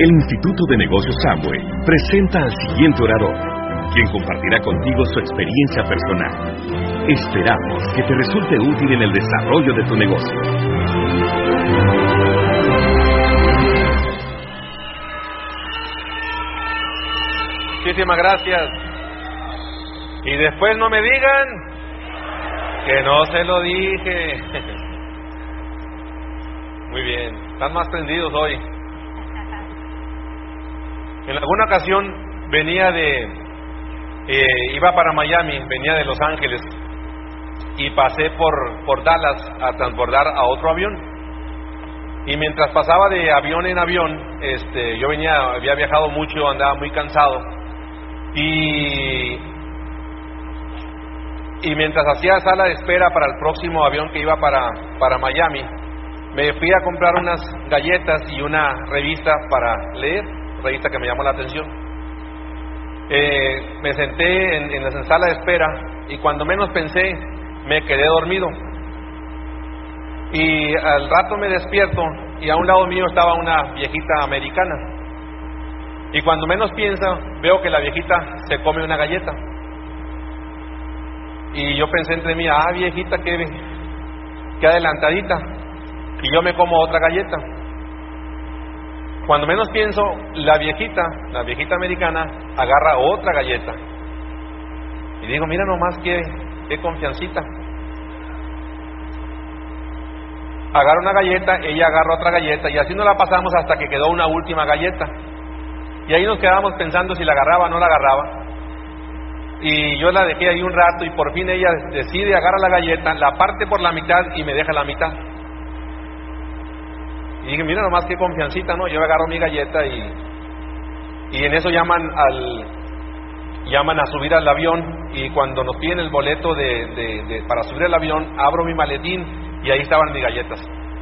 El Instituto de Negocios Amway presenta al siguiente orador, quien compartirá contigo su experiencia personal. Esperamos que te resulte útil en el desarrollo de tu negocio. Muchísimas gracias. Y después no me digan que no se lo dije. Muy bien, están más prendidos hoy. En alguna ocasión iba para Miami, venía de Los Ángeles y pasé por Dallas a transbordar a otro avión. Y mientras pasaba de avión en avión, yo había viajado mucho, andaba muy cansado y mientras hacía sala de espera para el próximo avión que iba para Miami, me fui a comprar unas galletas y una revista para leer, revista que me llamó la atención. Me senté en la sala de espera y cuando menos pensé me quedé dormido. Y al rato me despierto y a un lado mío estaba una viejita americana. Y cuando menos pienso veo que la viejita se come una galleta. Y yo pensé entre mí, viejita, qué adelantadita. Y yo me como otra galleta. Cuando menos pienso, la viejita americana agarra otra galleta. Y digo, mira nomás qué confiancita. Agarra una galleta, ella agarra otra galleta y así nos la pasamos hasta que quedó una última galleta. Y ahí nos quedamos pensando si la agarraba o no la agarraba. Y yo la dejé ahí un rato y por fin ella decide, agarra la galleta, la parte por la mitad y me deja la mitad. Y dije, mira nomás qué confiancita, ¿no? Yo agarro mi galleta y en eso llaman a subir al avión. Y cuando nos piden el boleto para subir al avión, abro mi maletín y ahí estaban mis galletas.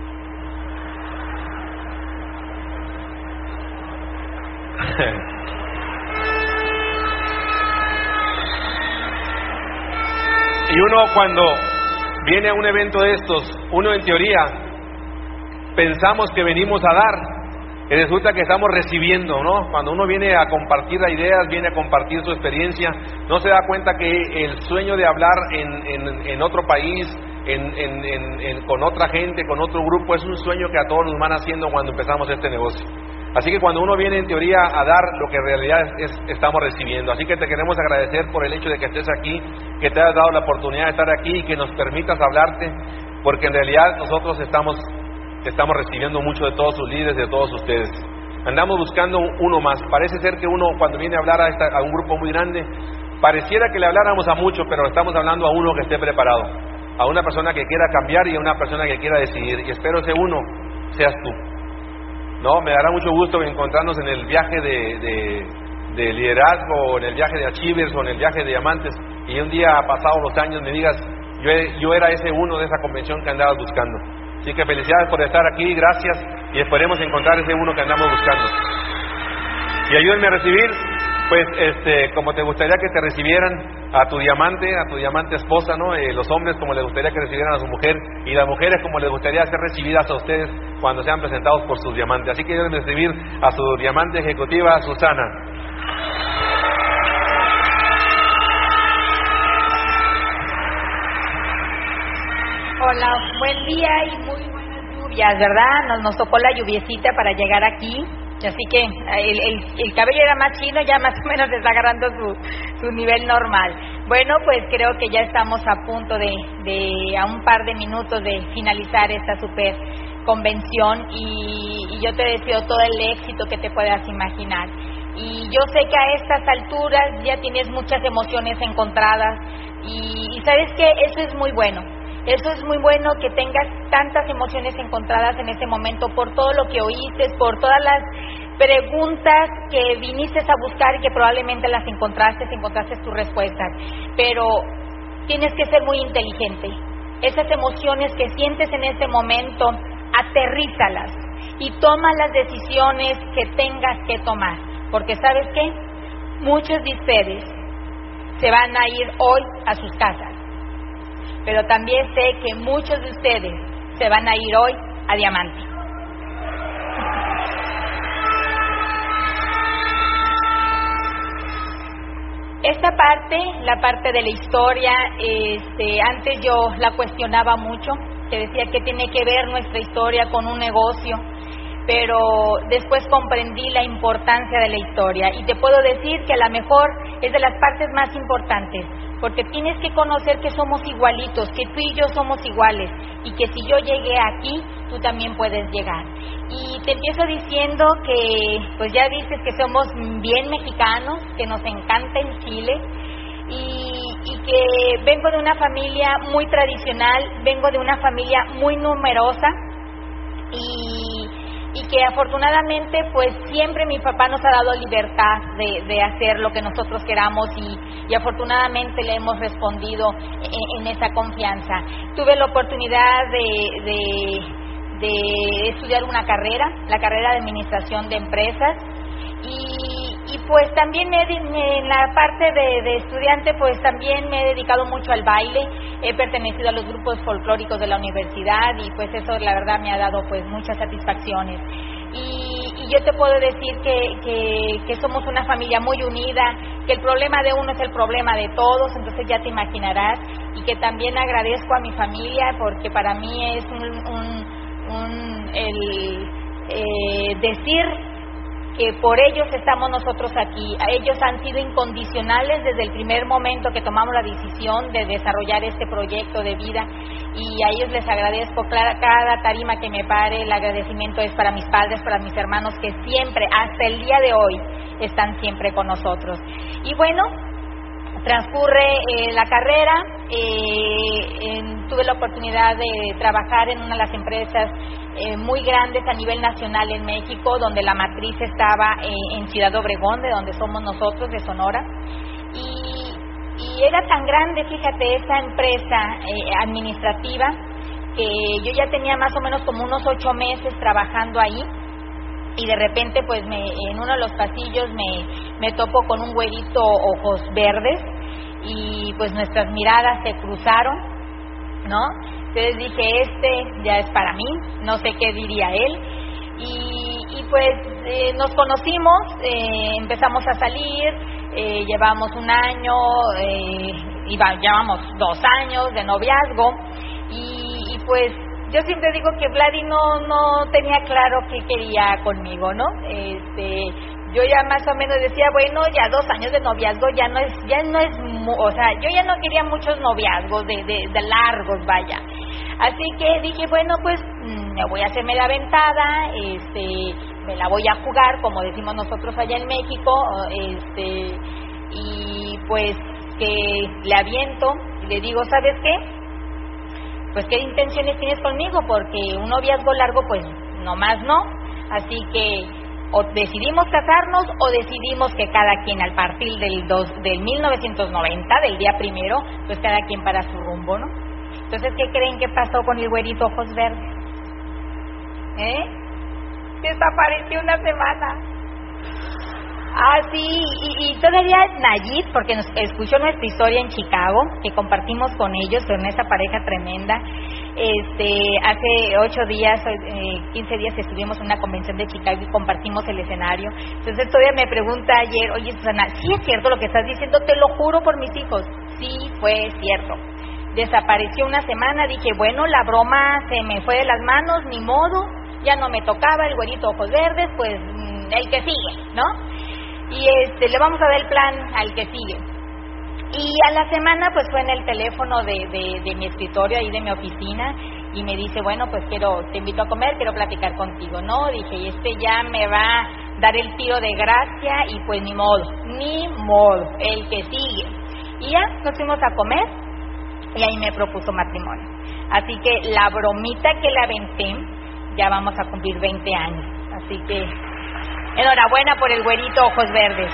Y uno cuando viene a un evento de estos, uno en teoría pensamos que venimos a dar, y resulta que estamos recibiendo, ¿no? Cuando uno viene a compartir ideas, viene a compartir su experiencia, no se da cuenta que el sueño de hablar en otro país, con otra gente, con otro grupo, es un sueño que a todos nos van haciendo cuando empezamos este negocio. Así que cuando uno viene en teoría a dar, lo que en realidad estamos recibiendo. Así que te queremos agradecer por el hecho de que estés aquí, que te hayas dado la oportunidad de estar aquí y que nos permitas hablarte, porque en realidad nosotros estamos recibiendo mucho de todos sus líderes, de todos ustedes. Andamos buscando uno más. Parece ser que uno cuando viene a hablar a un grupo muy grande, pareciera que le habláramos a muchos, pero estamos hablando a uno que esté preparado, a una persona que quiera cambiar y a una persona que quiera decidir. Y espero ese uno seas tú. No, me dará mucho gusto encontrarnos en el viaje de liderazgo, o en el viaje de Achievers, o en el viaje de diamantes, y un día, pasados los años, me digas, yo era ese uno de esa convención que andabas buscando. Así que felicidades por estar aquí, gracias, y esperemos encontrar ese uno que andamos buscando. Y ayúdenme a recibir, pues, como te gustaría que te recibieran a tu diamante esposa, ¿no? Los hombres como les gustaría que recibieran a su mujer, y las mujeres como les gustaría ser recibidas a ustedes cuando sean presentados por sus diamantes. Así que ayúdenme a recibir a su diamante ejecutiva, Susana. Hola, buen día y muy buenas lluvias, ¿verdad? Nos tocó la lluviecita para llegar aquí, así que el cabello era más chino, ya más o menos está agarrando su nivel normal. Bueno, pues creo que ya estamos a punto a un par de minutos de finalizar esta super convención y yo te deseo todo el éxito que te puedas imaginar. Y yo sé que a estas alturas ya tienes muchas emociones encontradas y ¿sabes qué? Eso es muy bueno. Eso es muy bueno que tengas tantas emociones encontradas en este momento por todo lo que oíste, por todas las preguntas que viniste a buscar y que probablemente las encontraste tus respuestas. Pero tienes que ser muy inteligente. Esas emociones que sientes en este momento, aterrízalas y toma las decisiones que tengas que tomar. Porque ¿sabes qué? Muchos de ustedes se van a ir hoy a sus casas. Pero también sé que muchos de ustedes se van a ir hoy a Diamante. la parte de la historia, antes yo la cuestionaba mucho, que decía que tiene que ver nuestra historia con un negocio, pero después comprendí la importancia de la historia y te puedo decir que a lo mejor es de las partes más importantes, porque tienes que conocer que somos igualitos, que tú y yo somos iguales y que si yo llegué aquí, tú también puedes llegar. Y te empiezo diciendo que pues ya dices que somos bien mexicanos, que nos encanta el chile y que vengo de una familia muy tradicional, vengo de una familia muy numerosa y que afortunadamente pues siempre mi papá nos ha dado libertad de hacer lo que nosotros queramos y afortunadamente le hemos respondido en esa confianza. Tuve la oportunidad de estudiar una carrera, la carrera de administración de empresas y pues también en la parte de estudiante pues también me he dedicado mucho al baile, he pertenecido a los grupos folclóricos de la universidad y pues eso la verdad me ha dado pues muchas satisfacciones y yo te puedo decir que somos una familia muy unida, que el problema de uno es el problema de todos, entonces ya te imaginarás, y que también agradezco a mi familia porque para mí es decir que por ellos estamos nosotros aquí. Ellos han sido incondicionales desde el primer momento que tomamos la decisión de desarrollar este proyecto de vida y a ellos les agradezco cada tarima que me pare. El agradecimiento es para mis padres, para mis hermanos que siempre, hasta el día de hoy, están siempre con nosotros. Y bueno, transcurre la carrera, tuve la oportunidad de trabajar en una de las empresas muy grandes a nivel nacional en México, donde la matriz estaba en Ciudad Obregón, de donde somos nosotros, de Sonora, y era tan grande, fíjate, esa empresa administrativa, que yo ya tenía más o menos como unos 8 meses trabajando ahí, y de repente pues en uno de los pasillos me topo con un güerito ojos verdes y pues nuestras miradas se cruzaron, ¿no? Entonces dije, ya es para mí, no sé qué diría él y pues nos conocimos, empezamos a salir, llevamos un año, llevamos 2 años de noviazgo y pues yo siempre digo que Vladi no tenía claro qué quería conmigo, ¿no? Yo ya más o menos decía, bueno, ya 2 años de noviazgo ya no es, o sea, yo ya no quería muchos noviazgos de largos, vaya. Así que dije, bueno, pues me voy a hacerme la aventada, me la voy a jugar, como decimos nosotros allá en México, y pues que le aviento y le digo, ¿sabes qué? Pues qué intenciones tienes conmigo, porque un noviazgo largo pues nomás no, así que o decidimos casarnos o decidimos que cada quien al partir del 1990, del día primero, pues cada quien para su rumbo, ¿no? Entonces, ¿qué creen que pasó con el güerito ojos verdes? Desapareció una semana. Ah, sí, y todavía Nayib, porque nos escuchó nuestra historia en Chicago, que compartimos con ellos, con esa pareja tremenda. Hace 8 días, 15 días estuvimos en una convención de Chicago y compartimos el escenario. Entonces todavía me pregunta ayer, oye Susana, ¿sí es cierto lo que estás diciendo? Te lo juro por mis hijos. Sí, fue cierto. Desapareció una semana, dije, bueno, la broma se me fue de las manos, ni modo, ya no me tocaba el güerito ojos verdes, pues el que sigue, ¿no? Y le vamos a dar el plan al que sigue. Y a la semana pues fue en el teléfono de mi escritorio, ahí de mi oficina, y me dice, bueno, pues te invito a comer, quiero platicar contigo, ¿no? Dije, y ya me va a dar el tiro de gracia, y pues ni modo, el que sigue. Y ya nos fuimos a comer, y ahí me propuso matrimonio. Así que la bromita que le aventé, ya vamos a cumplir 20 años. Así que enhorabuena por el güerito ojos verdes.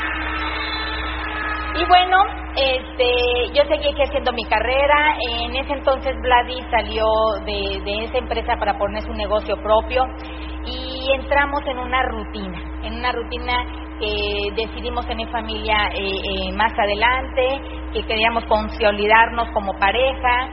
Y bueno, yo seguí ejerciendo mi carrera. En ese entonces Vladi salió de esa empresa para poner su negocio propio y entramos en una rutina que decidimos en mi familia más adelante, que queríamos consolidarnos como pareja.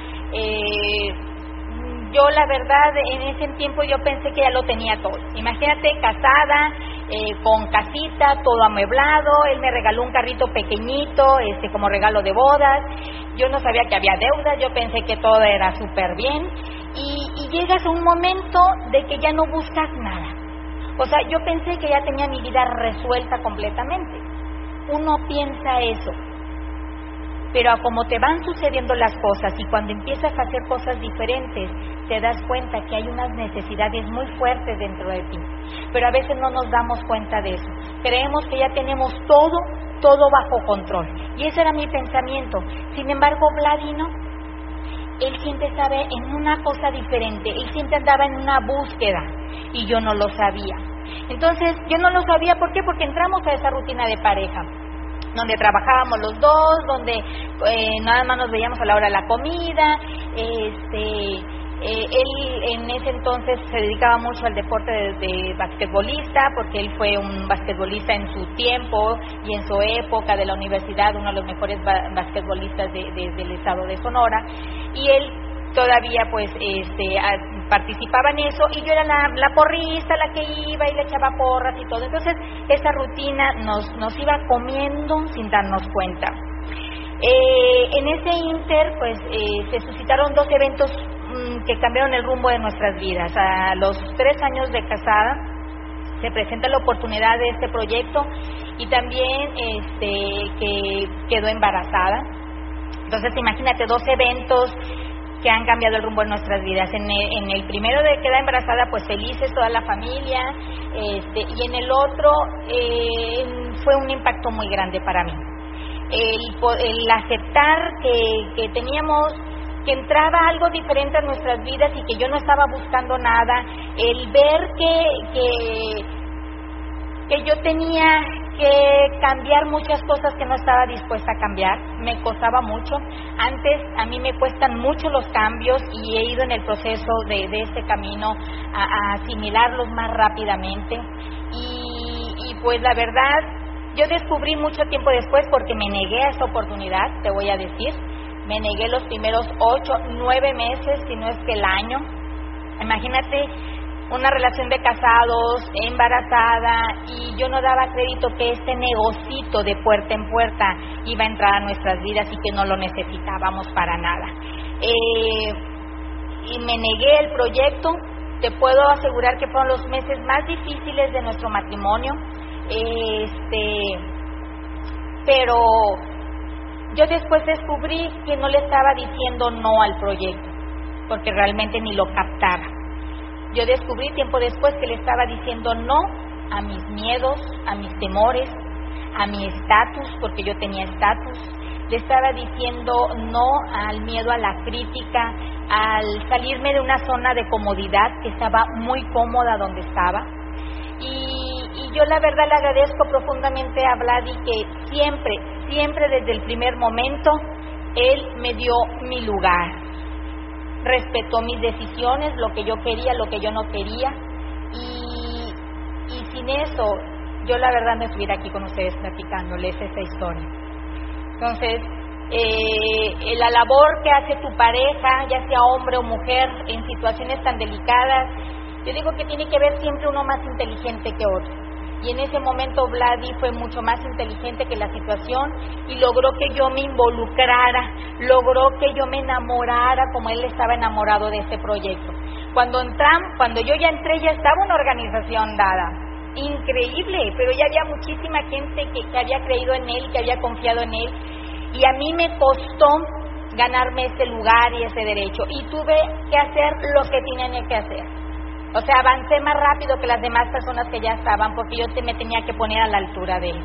Yo la verdad en ese tiempo yo pensé que ya lo tenía todo. Imagínate, casada, con casita, todo amueblado. Él me regaló un carrito pequeñito, como regalo de bodas. Yo no sabía que había deudas, yo pensé que todo era súper bien. Y llegas a un momento de que ya no buscas nada. O sea, yo pensé que ya tenía mi vida resuelta completamente. Uno piensa eso. Pero a como te van sucediendo las cosas y cuando empiezas a hacer cosas diferentes, te das cuenta que hay unas necesidades muy fuertes dentro de ti. Pero a veces no nos damos cuenta de eso. Creemos que ya tenemos todo bajo control. Y ese era mi pensamiento. Sin embargo, Vladino, él siempre estaba en una cosa diferente. Él siempre andaba en una búsqueda y yo no lo sabía. Entonces, yo no lo sabía, ¿por qué? Porque entramos a esa rutina de pareja, donde trabajábamos los dos, donde nada más nos veíamos a la hora de la comida. Él en ese entonces se dedicaba mucho al deporte de basquetbolista, porque él fue un basquetbolista en su tiempo y en su época de la universidad, uno de los mejores basquetbolistas del estado de Sonora, y él todavía pues participaba en eso, y yo era la porrista, la que iba y le echaba porras y todo. Entonces esa rutina nos iba comiendo sin darnos cuenta. En ese inter pues se suscitaron dos eventos que cambiaron el rumbo de nuestras vidas. A los 3 años de casada se presenta la oportunidad de este proyecto, y también que quedó embarazada. Entonces imagínate, 2 eventos que han cambiado el rumbo de nuestras vidas. En el primero de quedar embarazada, pues felices toda la familia, y en el otro fue un impacto muy grande para mí. El aceptar que teníamos, que entraba algo diferente a nuestras vidas y que yo no estaba buscando nada, el ver que yo tenía que cambiar muchas cosas que no estaba dispuesta a cambiar, me costaba mucho. Antes a mí me cuestan mucho los cambios y he ido en el proceso de este camino a asimilarlos más rápidamente, y pues la verdad yo descubrí mucho tiempo después, porque me negué a esta oportunidad, te voy a decir, me negué los primeros 8, 9 meses, si no es que el año. Imagínate, una relación de casados, embarazada, y yo no daba crédito que este negocito de puerta en puerta iba a entrar a nuestras vidas y que no lo necesitábamos para nada. Y me negué el proyecto. Te puedo asegurar que fueron los meses más difíciles de nuestro matrimonio, pero yo después descubrí que no le estaba diciendo no al proyecto, porque realmente ni lo captaba. Yo descubrí tiempo después que le estaba diciendo no a mis miedos, a mis temores, a mi estatus, porque yo tenía estatus. Le estaba diciendo no al miedo a la crítica, al salirme de una zona de comodidad, que estaba muy cómoda donde estaba. Y yo la verdad le agradezco profundamente a Vladi, que siempre desde el primer momento él me dio mi lugar, respetó mis decisiones, lo que yo quería, lo que yo no quería, y sin eso yo la verdad no estuviera aquí con ustedes platicándoles esta historia. Entonces la labor que hace tu pareja, ya sea hombre o mujer, en situaciones tan delicadas, yo digo que tiene que ver siempre uno más inteligente que otro. Y en ese momento Vladi fue mucho más inteligente que la situación y logró que yo me involucrara, logró que yo me enamorara como él estaba enamorado de este proyecto. Cuando yo ya entré, ya estaba una organización dada, increíble, pero ya había muchísima gente que había creído en él, que había confiado en él, y a mí me costó ganarme ese lugar y ese derecho, y tuve que hacer lo que tenía que hacer. O sea, avancé más rápido que las demás personas que ya estaban, porque yo me tenía que poner a la altura de él.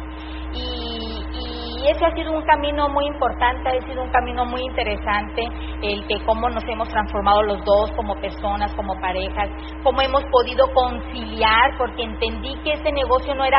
Y ese ha sido un camino muy importante, ha sido un camino muy interesante, el que cómo nos hemos transformado los dos como personas, como parejas, cómo hemos podido conciliar, porque entendí que ese negocio no era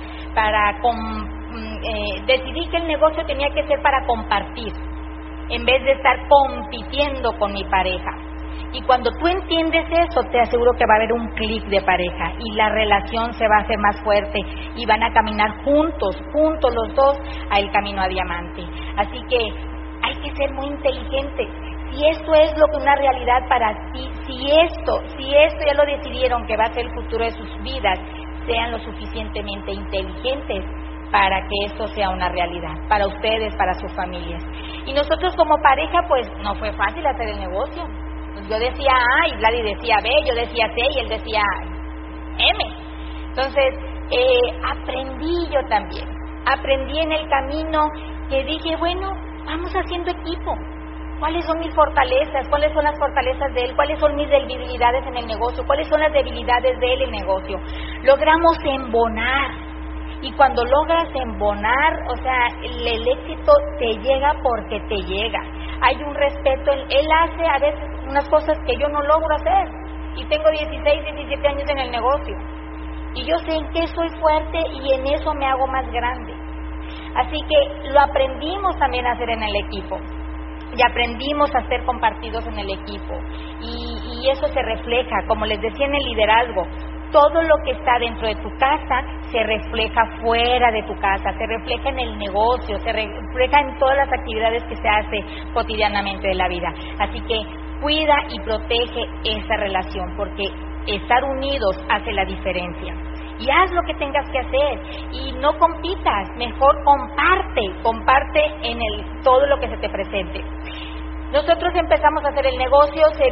decidí que el negocio tenía que ser para compartir, en vez de estar compitiendo con mi pareja. Y cuando tú entiendes eso, te aseguro que va a haber un clic de pareja y la relación se va a hacer más fuerte y van a caminar juntos los dos al camino a diamante. Así que hay que ser muy inteligentes. Si esto es lo que una realidad para ti, si esto ya lo decidieron que va a ser el futuro de sus vidas, sean lo suficientemente inteligentes para que esto sea una realidad, para ustedes, para sus familias. Y nosotros como pareja, pues no fue fácil hacer el negocio. Yo decía A y Vladi decía B, yo decía C y él decía M. Entonces, aprendí yo también. Aprendí en el camino que dije, bueno, vamos haciendo equipo. ¿Cuáles son mis fortalezas? ¿Cuáles son las fortalezas de él? ¿Cuáles son mis debilidades en el negocio? ¿Cuáles son las debilidades de él en el negocio? Logramos embonar. Y cuando logras embonar, o sea, el éxito te llega porque te llega. Hay un respeto. Él hace a veces unas cosas que yo no logro hacer. Y tengo 16, 17 años en el negocio. Y yo sé en qué soy fuerte y en eso me hago más grande. Así que lo aprendimos también a hacer en el equipo. Y aprendimos a ser compartidos en el equipo. Y eso se refleja, como les decía, en el liderazgo. Todo lo que está dentro de tu casa se refleja fuera de tu casa, se refleja en el negocio, se refleja en todas las actividades que se hace cotidianamente de la vida. Así que cuida y protege esa relación, porque estar unidos hace la diferencia. Y haz lo que tengas que hacer y no compitas, mejor comparte en todo lo que se te presente. Nosotros empezamos a hacer el negocio, se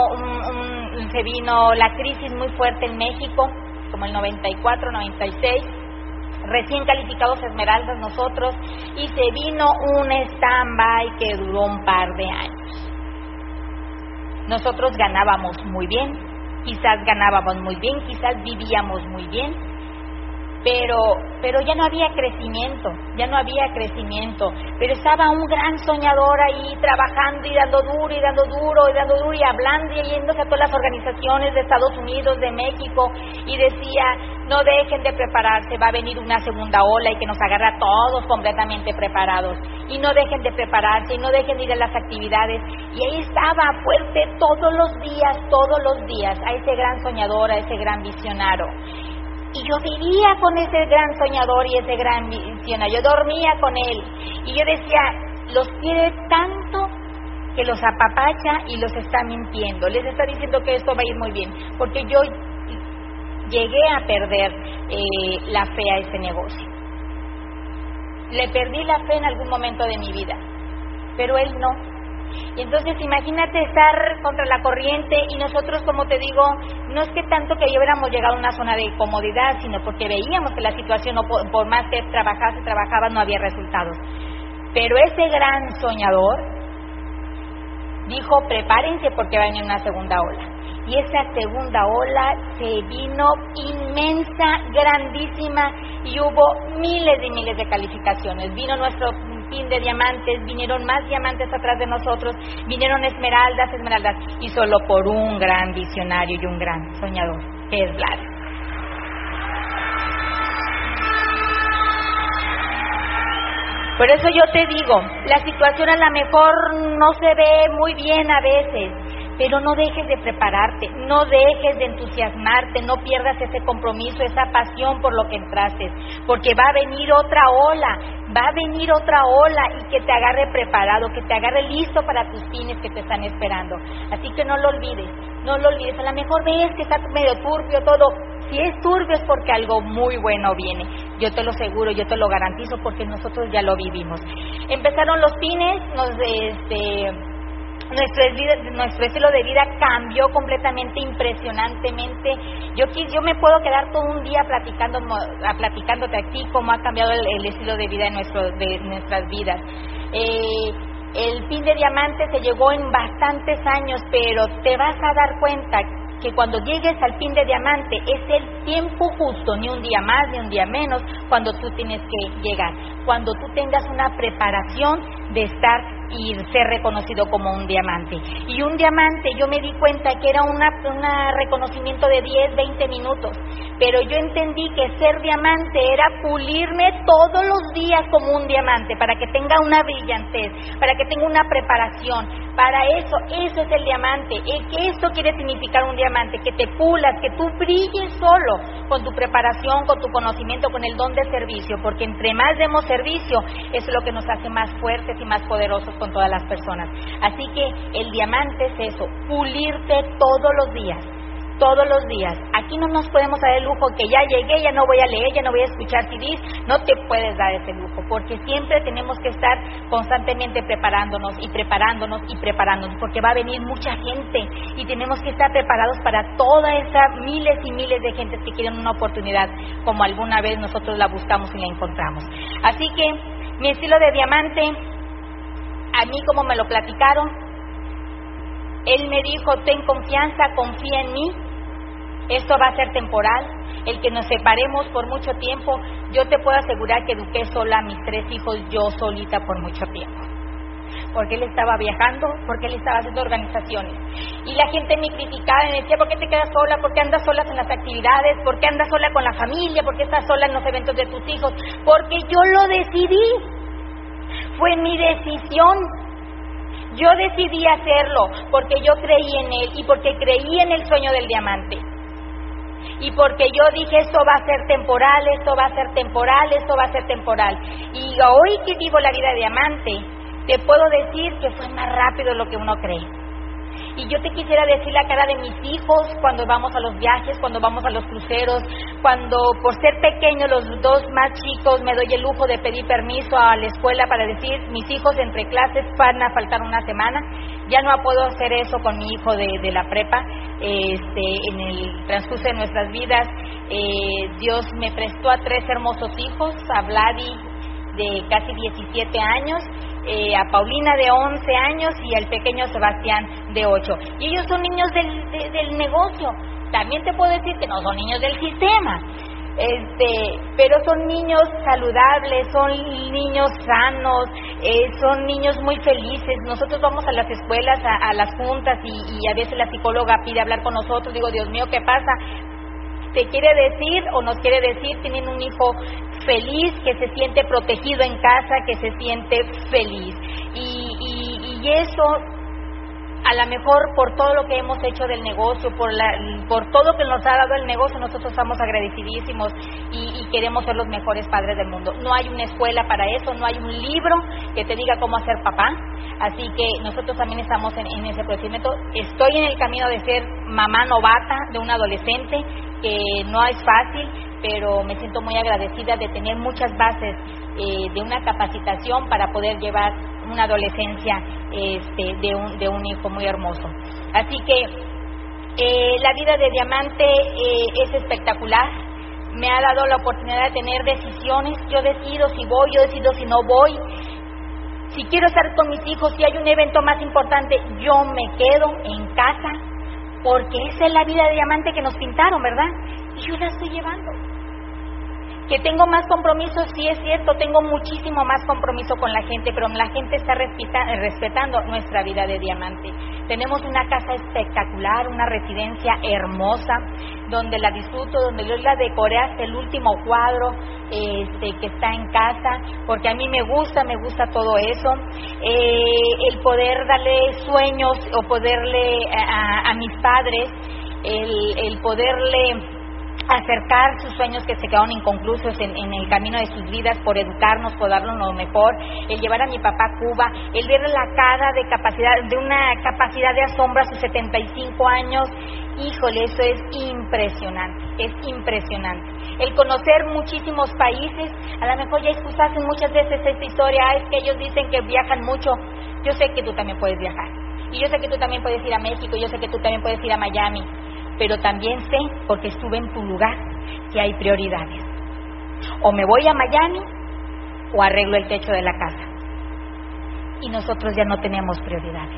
vino la crisis muy fuerte en México, como el 94, 96, recién calificados Esmeraldas nosotros, y se vino un stand-by que duró un par de años. Nosotros ganábamos muy bien, quizás vivíamos muy bien, pero ya no había crecimiento, pero estaba un gran soñador ahí trabajando y dando duro y hablando y yéndose a todas las organizaciones de Estados Unidos, de México, y decía, no dejen de prepararse, va a venir una segunda ola y que nos agarra a todos completamente preparados, y no dejen de prepararse y no dejen de ir a las actividades. Y ahí estaba fuerte todos los días a ese gran soñador, a ese gran visionario. Y yo vivía con ese gran soñador y ese gran visionario, yo dormía con él. Y yo decía, los quiere tanto que los apapacha y los está mintiendo. Les está diciendo que esto va a ir muy bien. Porque yo llegué a perder la fe a ese negocio. Le perdí la fe en algún momento de mi vida, pero él no. Y entonces imagínate estar contra la corriente, y nosotros, como te digo, no es que tanto que hubiéramos llegado a una zona de comodidad, sino porque veíamos que la situación, por más que trabajaba, no había resultados. Pero ese gran soñador dijo, prepárense porque va a venir una segunda ola. Y esa segunda ola se vino inmensa, grandísima, y hubo miles y miles de calificaciones. Vino nuestro pin de diamantes, vinieron más diamantes atrás de nosotros, vinieron esmeraldas, y solo por un gran visionario y un gran soñador, que es Vlad. Por eso yo te digo, la situación a lo mejor no se ve muy bien a veces, pero no dejes de prepararte, no dejes de entusiasmarte, no pierdas ese compromiso, esa pasión por lo que entraste, porque va a venir otra ola y que te agarre preparado, que te agarre listo para tus fines que te están esperando. Así que no lo olvides, a lo mejor ves que está medio turbio todo. Si es turbio es porque algo muy bueno viene, yo te lo aseguro, yo te lo garantizo, porque nosotros ya lo vivimos. Empezaron los pines, nuestro estilo de vida cambió completamente, impresionantemente. Yo me puedo quedar todo un día platicándote aquí cómo ha cambiado el estilo de vida de nuestras vidas. El pin de diamante se llegó en bastantes años, pero te vas a dar cuenta que cuando llegues al pin de diamante es el tiempo justo, ni un día más ni un día menos, cuando tú tienes que llegar, cuando tú tengas una preparación de estar y ser reconocido como un diamante. Y un diamante, yo me di cuenta que era un reconocimiento de 10, 20 minutos, pero yo entendí que ser diamante era pulirme todos los días como un diamante, para que tenga una brillantez, para que tenga una preparación. Para eso es el diamante. ¿Qué esto quiere significar un diamante? Que te pulas, que tú brilles solo con tu preparación, con tu conocimiento, con el don de servicio, porque entre más demos servicio, eso es lo que nos hace más fuertes y más poderosos con todas las personas. Así que el diamante es eso, pulirte todos los días. todos los días. Aquí no nos podemos dar el lujo que ya llegué, ya no voy a leer, ya no voy a escuchar CDs. No te puedes dar ese lujo, porque siempre tenemos que estar constantemente preparándonos, porque va a venir mucha gente y tenemos que estar preparados para toda esa miles y miles de gentes que quieren una oportunidad, como alguna vez nosotros la buscamos y la encontramos. Así que mi estilo de diamante, a mí como me lo platicaron, él me dijo: ten confianza, confía en mí, esto va a ser temporal, el que nos separemos por mucho tiempo. Yo te puedo asegurar que eduqué sola a mis 3 hijos, yo solita, por mucho tiempo, porque él estaba viajando, porque él estaba haciendo organizaciones, y la gente me criticaba y me decía: ¿por qué te quedas sola? ¿Por qué andas sola en las actividades? ¿Por qué andas sola con la familia? ¿Por qué estás sola en los eventos de tus hijos? Porque yo lo decidí, fue mi decisión. Yo decidí hacerlo porque yo creí en él y porque creí en el sueño del diamante. Y porque yo dije: esto va a ser temporal, esto va a ser temporal, esto va a ser temporal. Y hoy que vivo la vida de diamante, te puedo decir que fue más rápido de lo que uno cree. Y yo te quisiera decir la cara de mis hijos cuando vamos a los viajes, cuando vamos a los cruceros, cuando por ser pequeños los 2 más chicos me doy el lujo de pedir permiso a la escuela para decir: mis hijos entre clases van a faltar una semana. Ya no puedo hacer eso con mi hijo de la prepa. En el transcurso de nuestras vidas, Dios me prestó a 3 hermosos hijos: a Vladi, de casi 17 años, a Paulina, de 11 años, y al pequeño Sebastián, de 8. Y ellos son niños del negocio. También te puedo decir que no son niños del sistema, pero son niños saludables, son niños sanos, son niños muy felices. Nosotros vamos a las escuelas, a las juntas, y a veces la psicóloga pide hablar con nosotros. Digo: Dios mío, ¿qué pasa? Te quiere decir, o nos quiere decir, tienen un hijo feliz, que se siente protegido en casa, que se siente feliz. Y eso, a lo mejor por todo lo que hemos hecho del negocio, por todo que nos ha dado el negocio, nosotros estamos agradecidísimos y queremos ser los mejores padres del mundo. No hay una escuela para eso, no hay un libro que te diga cómo hacer papá. Así que nosotros también estamos en ese procedimiento. Estoy en el camino de ser mamá novata de un adolescente, que no es fácil, pero me siento muy agradecida de tener muchas bases de una capacitación para poder llevar una adolescencia de un hijo muy hermoso. Así que la vida de diamante es espectacular. Me ha dado la oportunidad de tener decisiones. Yo decido si voy, yo decido si no voy. Si quiero estar con mis hijos, si hay un evento más importante, yo me quedo en casa, porque esa es la vida de diamante que nos pintaron, ¿verdad? Y yo la estoy llevando. Que tengo más compromiso, sí es cierto, tengo muchísimo más compromiso con la gente, pero la gente está respetando nuestra vida de diamante. Tenemos una casa espectacular, una residencia hermosa, donde la disfruto, donde yo la decoré hasta el último cuadro que está en casa, porque a mí me gusta todo eso. El poder darle sueños, o poderle a mis padres, el poderle acercar sus sueños que se quedaron inconclusos en el camino de sus vidas, por educarnos, por darnos lo mejor, el llevar a mi papá a Cuba, el ver la cara de una capacidad de asombro a sus 75 años, híjole, eso es impresionante, el conocer muchísimos países. A lo mejor ya escuchaste muchas veces esta historia: es que ellos dicen que viajan mucho. Yo sé que tú también puedes viajar, y yo sé que tú también puedes ir a México, yo sé que tú también puedes ir a Miami, pero también sé, porque estuve en tu lugar, que hay prioridades. O me voy a Miami, o arreglo el techo de la casa. Y nosotros ya no tenemos prioridades.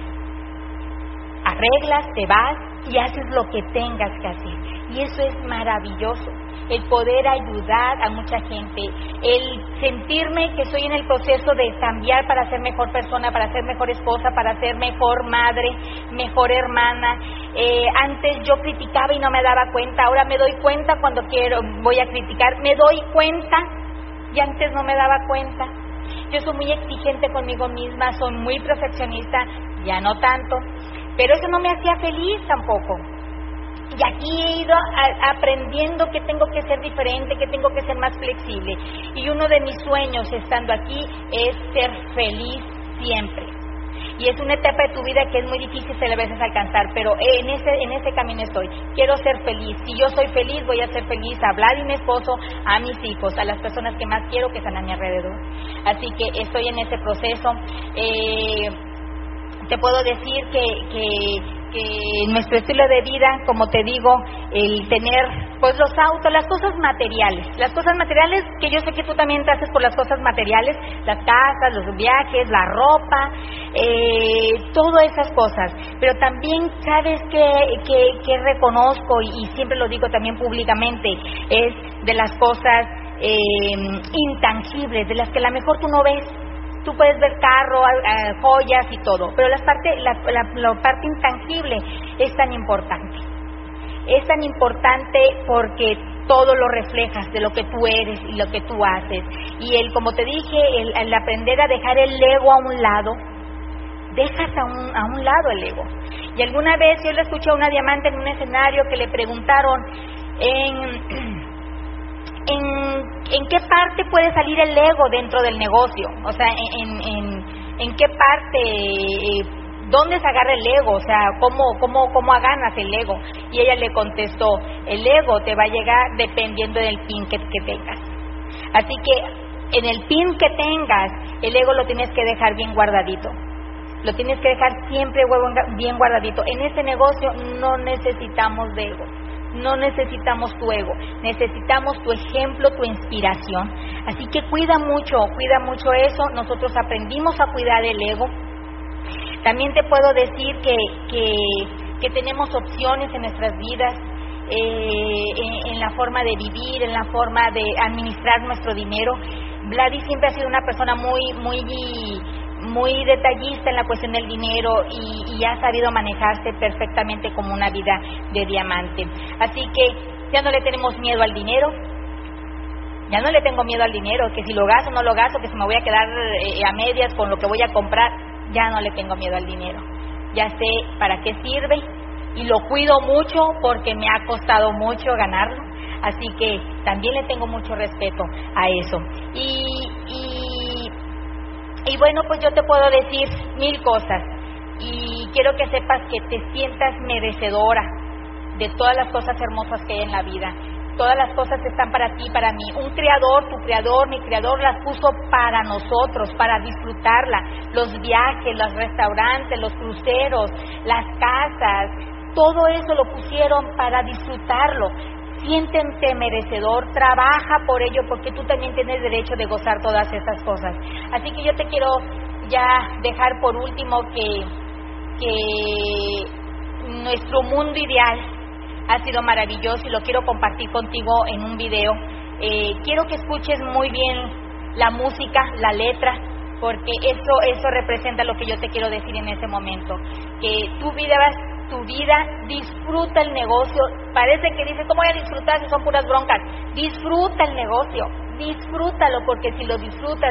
Arreglas, te vas y haces lo que tengas que hacer. Y eso es maravilloso. El poder ayudar a mucha gente, el sentirme que estoy en el proceso de cambiar para ser mejor persona, para ser mejor esposa, para ser mejor madre, mejor hermana. Antes yo criticaba y no me daba cuenta, ahora me doy cuenta cuando voy a criticar, me doy cuenta, y antes no me daba cuenta. Yo soy muy exigente conmigo misma, soy muy perfeccionista, ya no tanto, pero eso no me hacía feliz tampoco. Y aquí he ido aprendiendo que tengo que ser diferente, que tengo que ser más flexible. Y uno de mis sueños estando aquí es ser feliz siempre. y es una etapa de tu vida que es muy difícil a veces alcanzar, pero en ese camino estoy. Quiero ser feliz. Si yo soy feliz, voy a ser feliz a Vlad y mi esposo, a mis hijos, a las personas que más quiero que están a mi alrededor. Así que estoy en ese proceso. Te puedo decir que nuestro estilo de vida, como te digo, el tener pues los autos, las cosas materiales que yo sé que tú también te haces por las cosas materiales, las casas, los viajes, la ropa, todas esas cosas, pero también sabes que reconozco y siempre lo digo también públicamente, es de las cosas intangibles, de las que a lo mejor tú no ves. Tú puedes ver carro, joyas y todo, pero la parte intangible es tan importante. Es tan importante porque todo lo reflejas de lo que tú eres y lo que tú haces. Y como te dije, el aprender a dejar el ego a un lado, dejas a un lado el ego. Y alguna vez yo le escuché a una diamante en un escenario que le preguntaron ¿en qué parte puede salir el ego dentro del negocio? O sea, ¿en qué parte, dónde se agarra el ego? O sea, ¿cómo ganas el ego? Y ella le contestó, el ego te va a llegar dependiendo del pin que tengas. Así que en el pin que tengas, el ego lo tienes que dejar bien guardadito. Lo tienes que dejar siempre bien guardadito. En este negocio no necesitamos de ego. No necesitamos tu ego, necesitamos tu ejemplo, tu inspiración. Así que cuida mucho eso. Nosotros aprendimos a cuidar el ego. También te puedo decir que tenemos opciones en nuestras vidas, en la forma de vivir, en la forma de administrar nuestro dinero. Vladi siempre ha sido una persona muy detallista en la cuestión del dinero y ha sabido manejarse perfectamente como una vida de diamante. Así que ya no le tenemos miedo al dinero, ya no le tengo miedo al dinero, que si lo gasto o no lo gasto, que si me voy a quedar a medias con lo que voy a comprar, ya no le tengo miedo al dinero. Ya sé para qué sirve y lo cuido mucho porque me ha costado mucho ganarlo, así que también le tengo mucho respeto a eso. Y bueno, pues yo te puedo decir 1000 cosas y quiero que sepas que te sientas merecedora de todas las cosas hermosas que hay en la vida. Todas las cosas están para ti, para mí. Un creador, tu creador, mi creador las puso para nosotros, para disfrutarla. Los viajes, los restaurantes, los cruceros, las casas, todo eso lo pusieron para disfrutarlo. Siéntete merecedor, trabaja por ello porque tú también tienes derecho de gozar todas estas cosas. Así que yo te quiero ya dejar por último que nuestro mundo ideal ha sido maravilloso y lo quiero compartir contigo en un video. Quiero que escuches muy bien la música, la letra, porque eso representa lo que yo te quiero decir en ese momento. Que tu vida, disfruta el negocio. Parece que dices, ¿cómo voy a disfrutar si son puras broncas? Disfruta el negocio, disfrútalo, porque si lo disfrutas,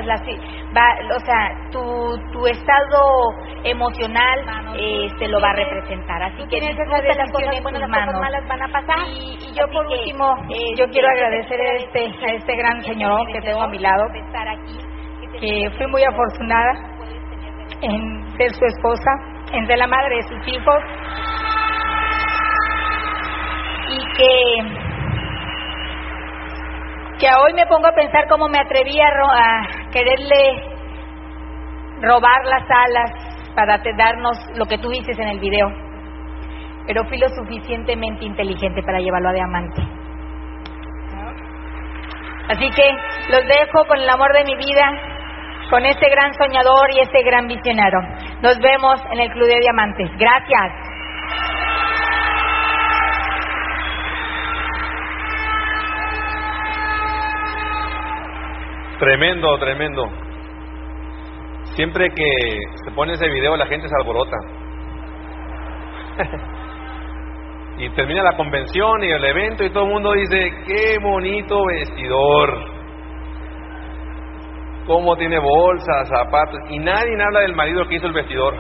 tu estado emocional te lo va a representar. Así que disfruta las cosas buenas, las cosas malas van a pasar. Y yo por último, yo quiero agradecer a este gran señorón que tengo a mi lado, que fui muy afortunada en ser su esposa, en ser la madre de sus hijos, y que hoy me pongo a pensar cómo me atreví a quererle robar las alas para darnos lo que tú dices en el video, pero fui lo suficientemente inteligente para llevarlo a diamante. Así que los dejo con el amor de mi vida, con este gran soñador y este gran visionario. Nos vemos en el Club de Diamantes. Gracias. Tremendo, tremendo. Siempre que se pone ese video la gente se alborota. Y termina la convención y el evento y todo el mundo dice, qué bonito vestidor, cómo tiene bolsas, zapatos, y nadie habla del marido que hizo el vestidor.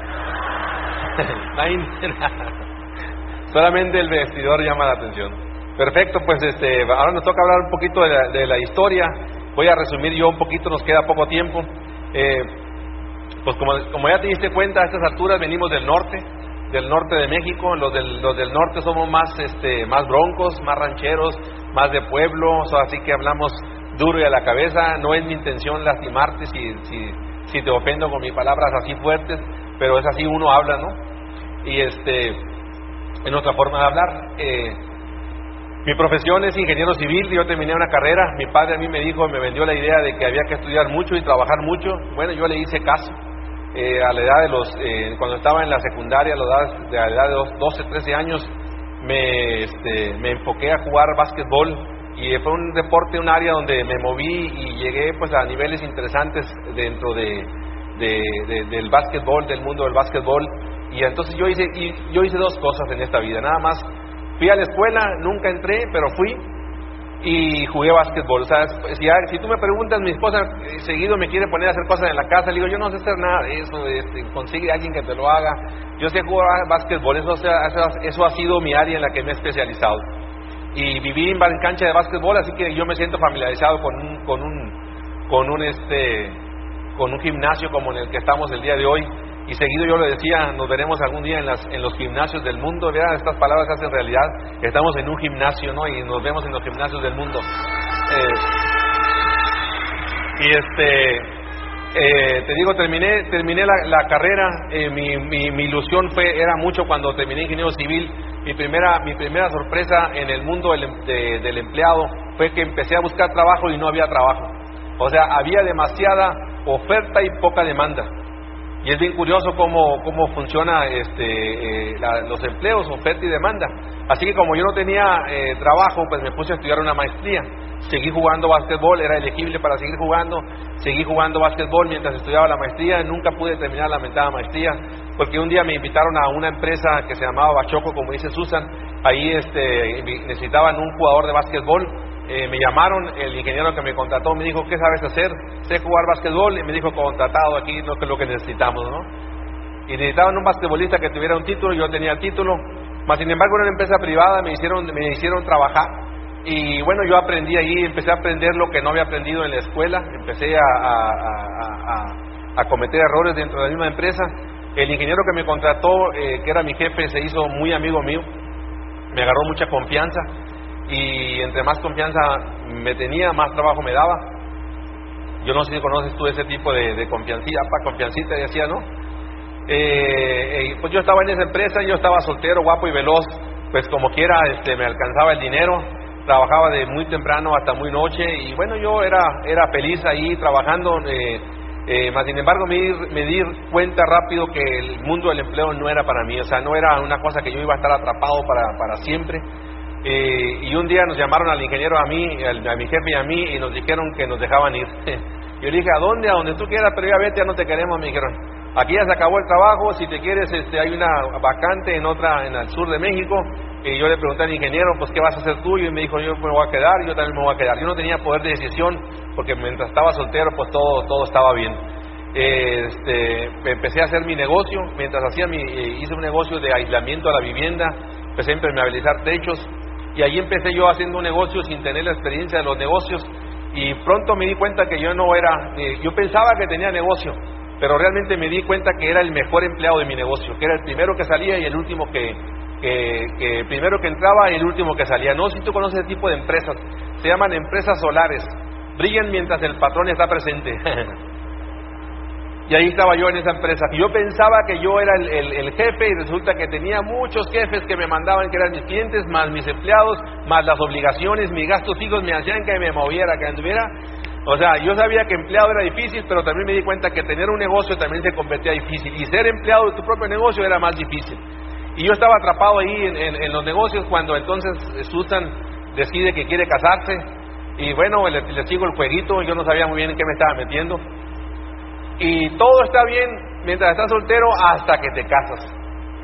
Solamente el vestidor llama la atención. Perfecto, pues ahora nos toca hablar un poquito de la historia. Voy a resumir yo un poquito, nos queda poco tiempo. Pues como ya te diste cuenta, a estas alturas venimos del norte de México. Los del norte somos más broncos, más rancheros, más de pueblo, así que hablamos duro y a la cabeza. No es mi intención lastimarte si te ofendo con mis palabras así fuertes, pero es así uno habla, ¿no? Y en otra forma de hablar. Mi profesión es ingeniero civil. Yo terminé una carrera. Mi padre a mí me vendió la idea de que había que estudiar mucho y trabajar mucho. Bueno, yo le hice caso. A la edad de cuando estaba en la secundaria, a la edad de 12, 13 años, me enfoqué a jugar básquetbol, y fue un deporte, un área donde me moví y llegué pues a niveles interesantes dentro del básquetbol, del mundo del básquetbol. Y entonces yo hice dos cosas en esta vida, nada más. Fui a la escuela, nunca entré, pero fui y jugué básquetbol. O sea, si tú me preguntas, mi esposa seguido me quiere poner a hacer cosas en la casa, le digo, yo no sé hacer nada de eso, consigue a alguien que te lo haga. Yo sé jugar básquetbol, eso ha sido mi área en la que me he especializado. Y viví en cancha de básquetbol, así que yo me siento familiarizado con un gimnasio como en el que estamos el día de hoy. Y seguido yo le decía, nos veremos algún día en los gimnasios del mundo. Vean, estas palabras se hacen realidad. Estamos en un gimnasio, ¿no? Y nos vemos en los gimnasios del mundo. Te digo, terminé la carrera. Mi ilusión era mucho cuando terminé ingeniero civil. Mi primera sorpresa en el mundo del empleado fue que empecé a buscar trabajo y no había trabajo. O sea, había demasiada oferta y poca demanda. Y es bien curioso cómo funciona los empleos, oferta y demanda. Así que como yo no tenía trabajo, pues me puse a estudiar una maestría. Seguí jugando básquetbol, era elegible para seguir jugando. Seguí jugando básquetbol mientras estudiaba la maestría. Nunca pude terminar la mentada maestría, porque un día me invitaron a una empresa que se llamaba Bachoco, como dice Susan. Ahí necesitaban un jugador de básquetbol. Me llamaron, el ingeniero que me contrató me dijo, ¿qué sabes hacer? Sé jugar básquetbol, y me dijo, contratado aquí, no es lo que necesitamos, ¿no? Y necesitaban un basquetbolista que tuviera un título. Yo tenía el título, mas sin embargo era una empresa privada, me hicieron trabajar. Y bueno, yo aprendí ahí, empecé a aprender lo que no había aprendido en la escuela. Empecé a cometer errores dentro de la misma empresa. El ingeniero que me contrató, que era mi jefe, se hizo muy amigo mío, me agarró mucha confianza. Y entre más confianza me tenía, más trabajo me daba. Yo no sé si conoces tú ese tipo de confiancita, decía, ¿no? Pues yo estaba en esa empresa, yo estaba soltero, guapo y veloz, pues como quiera me alcanzaba el dinero, trabajaba de muy temprano hasta muy noche, y bueno, yo era feliz ahí trabajando, mas sin embargo me di cuenta rápido que el mundo del empleo no era para mí. O sea, no era una cosa que yo iba a estar atrapado para siempre. Y un día nos llamaron al ingeniero, a mi jefe y a mí, y nos dijeron que nos dejaban ir. Yo le dije, ¿a dónde? A donde tú quieras, pero ya vete, ya no te queremos. Me dijeron, aquí ya se acabó el trabajo, si te quieres, hay una vacante en el sur de México. Y yo le pregunté al ingeniero, pues, ¿qué vas a hacer tú? Y me dijo, yo me voy a quedar, yo también me voy a quedar. Yo no tenía poder de decisión, porque mientras estaba soltero, pues todo estaba bien. Empecé a hacer mi negocio. Mientras hice un negocio de aislamiento a la vivienda, empecé a impermeabilizar techos. Y ahí empecé yo haciendo un negocio sin tener la experiencia de los negocios, y pronto me di cuenta que yo no era, yo pensaba que tenía negocio, pero realmente me di cuenta que era el mejor empleado de mi negocio, que era el primero que salía y el último que primero que entraba y el último que salía. No sé si tú conoces ese tipo de empresas, se llaman empresas solares, brillan mientras el patrón está presente. Y ahí estaba yo en esa empresa. Yo pensaba que yo era el jefe, y resulta que tenía muchos jefes que me mandaban, que eran mis clientes, más mis empleados, más las obligaciones, mis gastos fijos me hacían que me moviera, que anduviera. O sea, yo sabía que empleado era difícil, pero también me di cuenta que tener un negocio también se convertía difícil, y ser empleado de tu propio negocio era más difícil. Y yo estaba atrapado ahí en los negocios, cuando entonces Susan decide que quiere casarse, y bueno, le sigo el jueguito. Yo no sabía muy bien en qué me estaba metiendo. Y todo está bien mientras estás soltero hasta que te casas.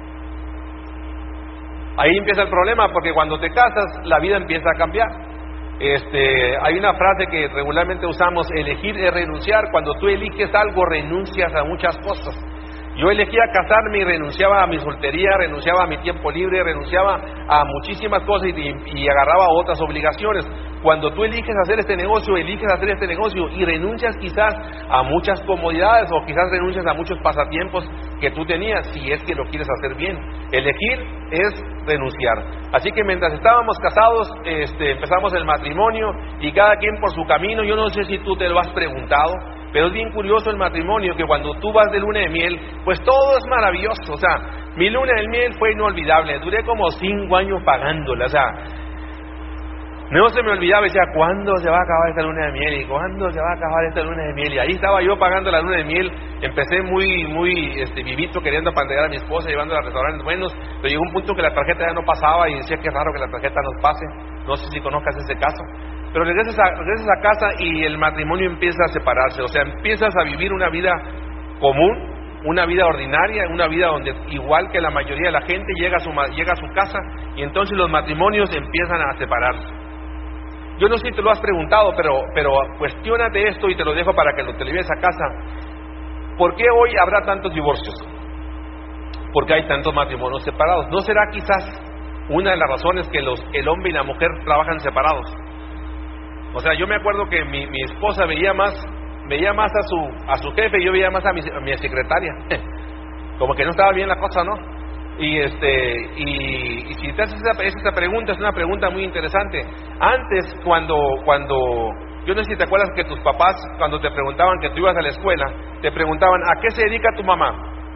Ahí empieza el problema, porque cuando te casas la vida empieza a cambiar. Hay una frase que regularmente usamos: elegir es renunciar. Cuando tú eliges algo, renuncias a muchas cosas. Yo elegía casarme y renunciaba a mi soltería, renunciaba a mi tiempo libre, renunciaba a muchísimas cosas y agarraba otras obligaciones. Cuando tú eliges hacer este negocio y renuncias quizás a muchas comodidades o quizás renuncias a muchos pasatiempos que tú tenías, si es que lo quieres hacer bien. Elegir es renunciar. Así que mientras estábamos casados, empezamos el matrimonio y cada quien por su camino. Yo no sé si tú te lo has preguntado, pero es bien curioso el matrimonio, que cuando tú vas de luna de miel, pues todo es maravilloso. O sea, mi luna de miel fue inolvidable, duré como 5 años pagándola. O sea, no se me olvidaba, decía, ¿cuándo se va a acabar esta luna de miel? ¿Y cuándo se va a acabar esta luna de miel? Y ahí estaba yo pagando la luna de miel. Empecé muy vivito, queriendo apantallar a mi esposa, llevándola a restaurantes buenos, pero llegó un punto que la tarjeta ya no pasaba y decía, qué raro que la tarjeta nos pase. No sé si conozcas ese caso. Pero regresas a casa y el matrimonio empieza a separarse. O sea, empiezas a vivir una vida común, una vida ordinaria, una vida donde, igual que la mayoría de la gente, llega a su casa, y entonces los matrimonios empiezan a separarse. Yo no sé si te lo has preguntado, pero cuestiónate esto y te lo dejo para que te lo lleves a casa. ¿Por qué hoy habrá tantos divorcios? ¿Por qué hay tantos matrimonios separados? ¿No será quizás una de las razones que el hombre y la mujer trabajan separados? O sea, yo me acuerdo que mi esposa veía más a su jefe y yo veía más a mi secretaria. Como que no estaba bien la cosa, ¿no? Y si te haces esta pregunta, es una pregunta muy interesante. Antes, cuando yo no sé si te acuerdas que tus papás, cuando te preguntaban que tú ibas a la escuela, te preguntaban, ¿a qué se dedica tu mamá?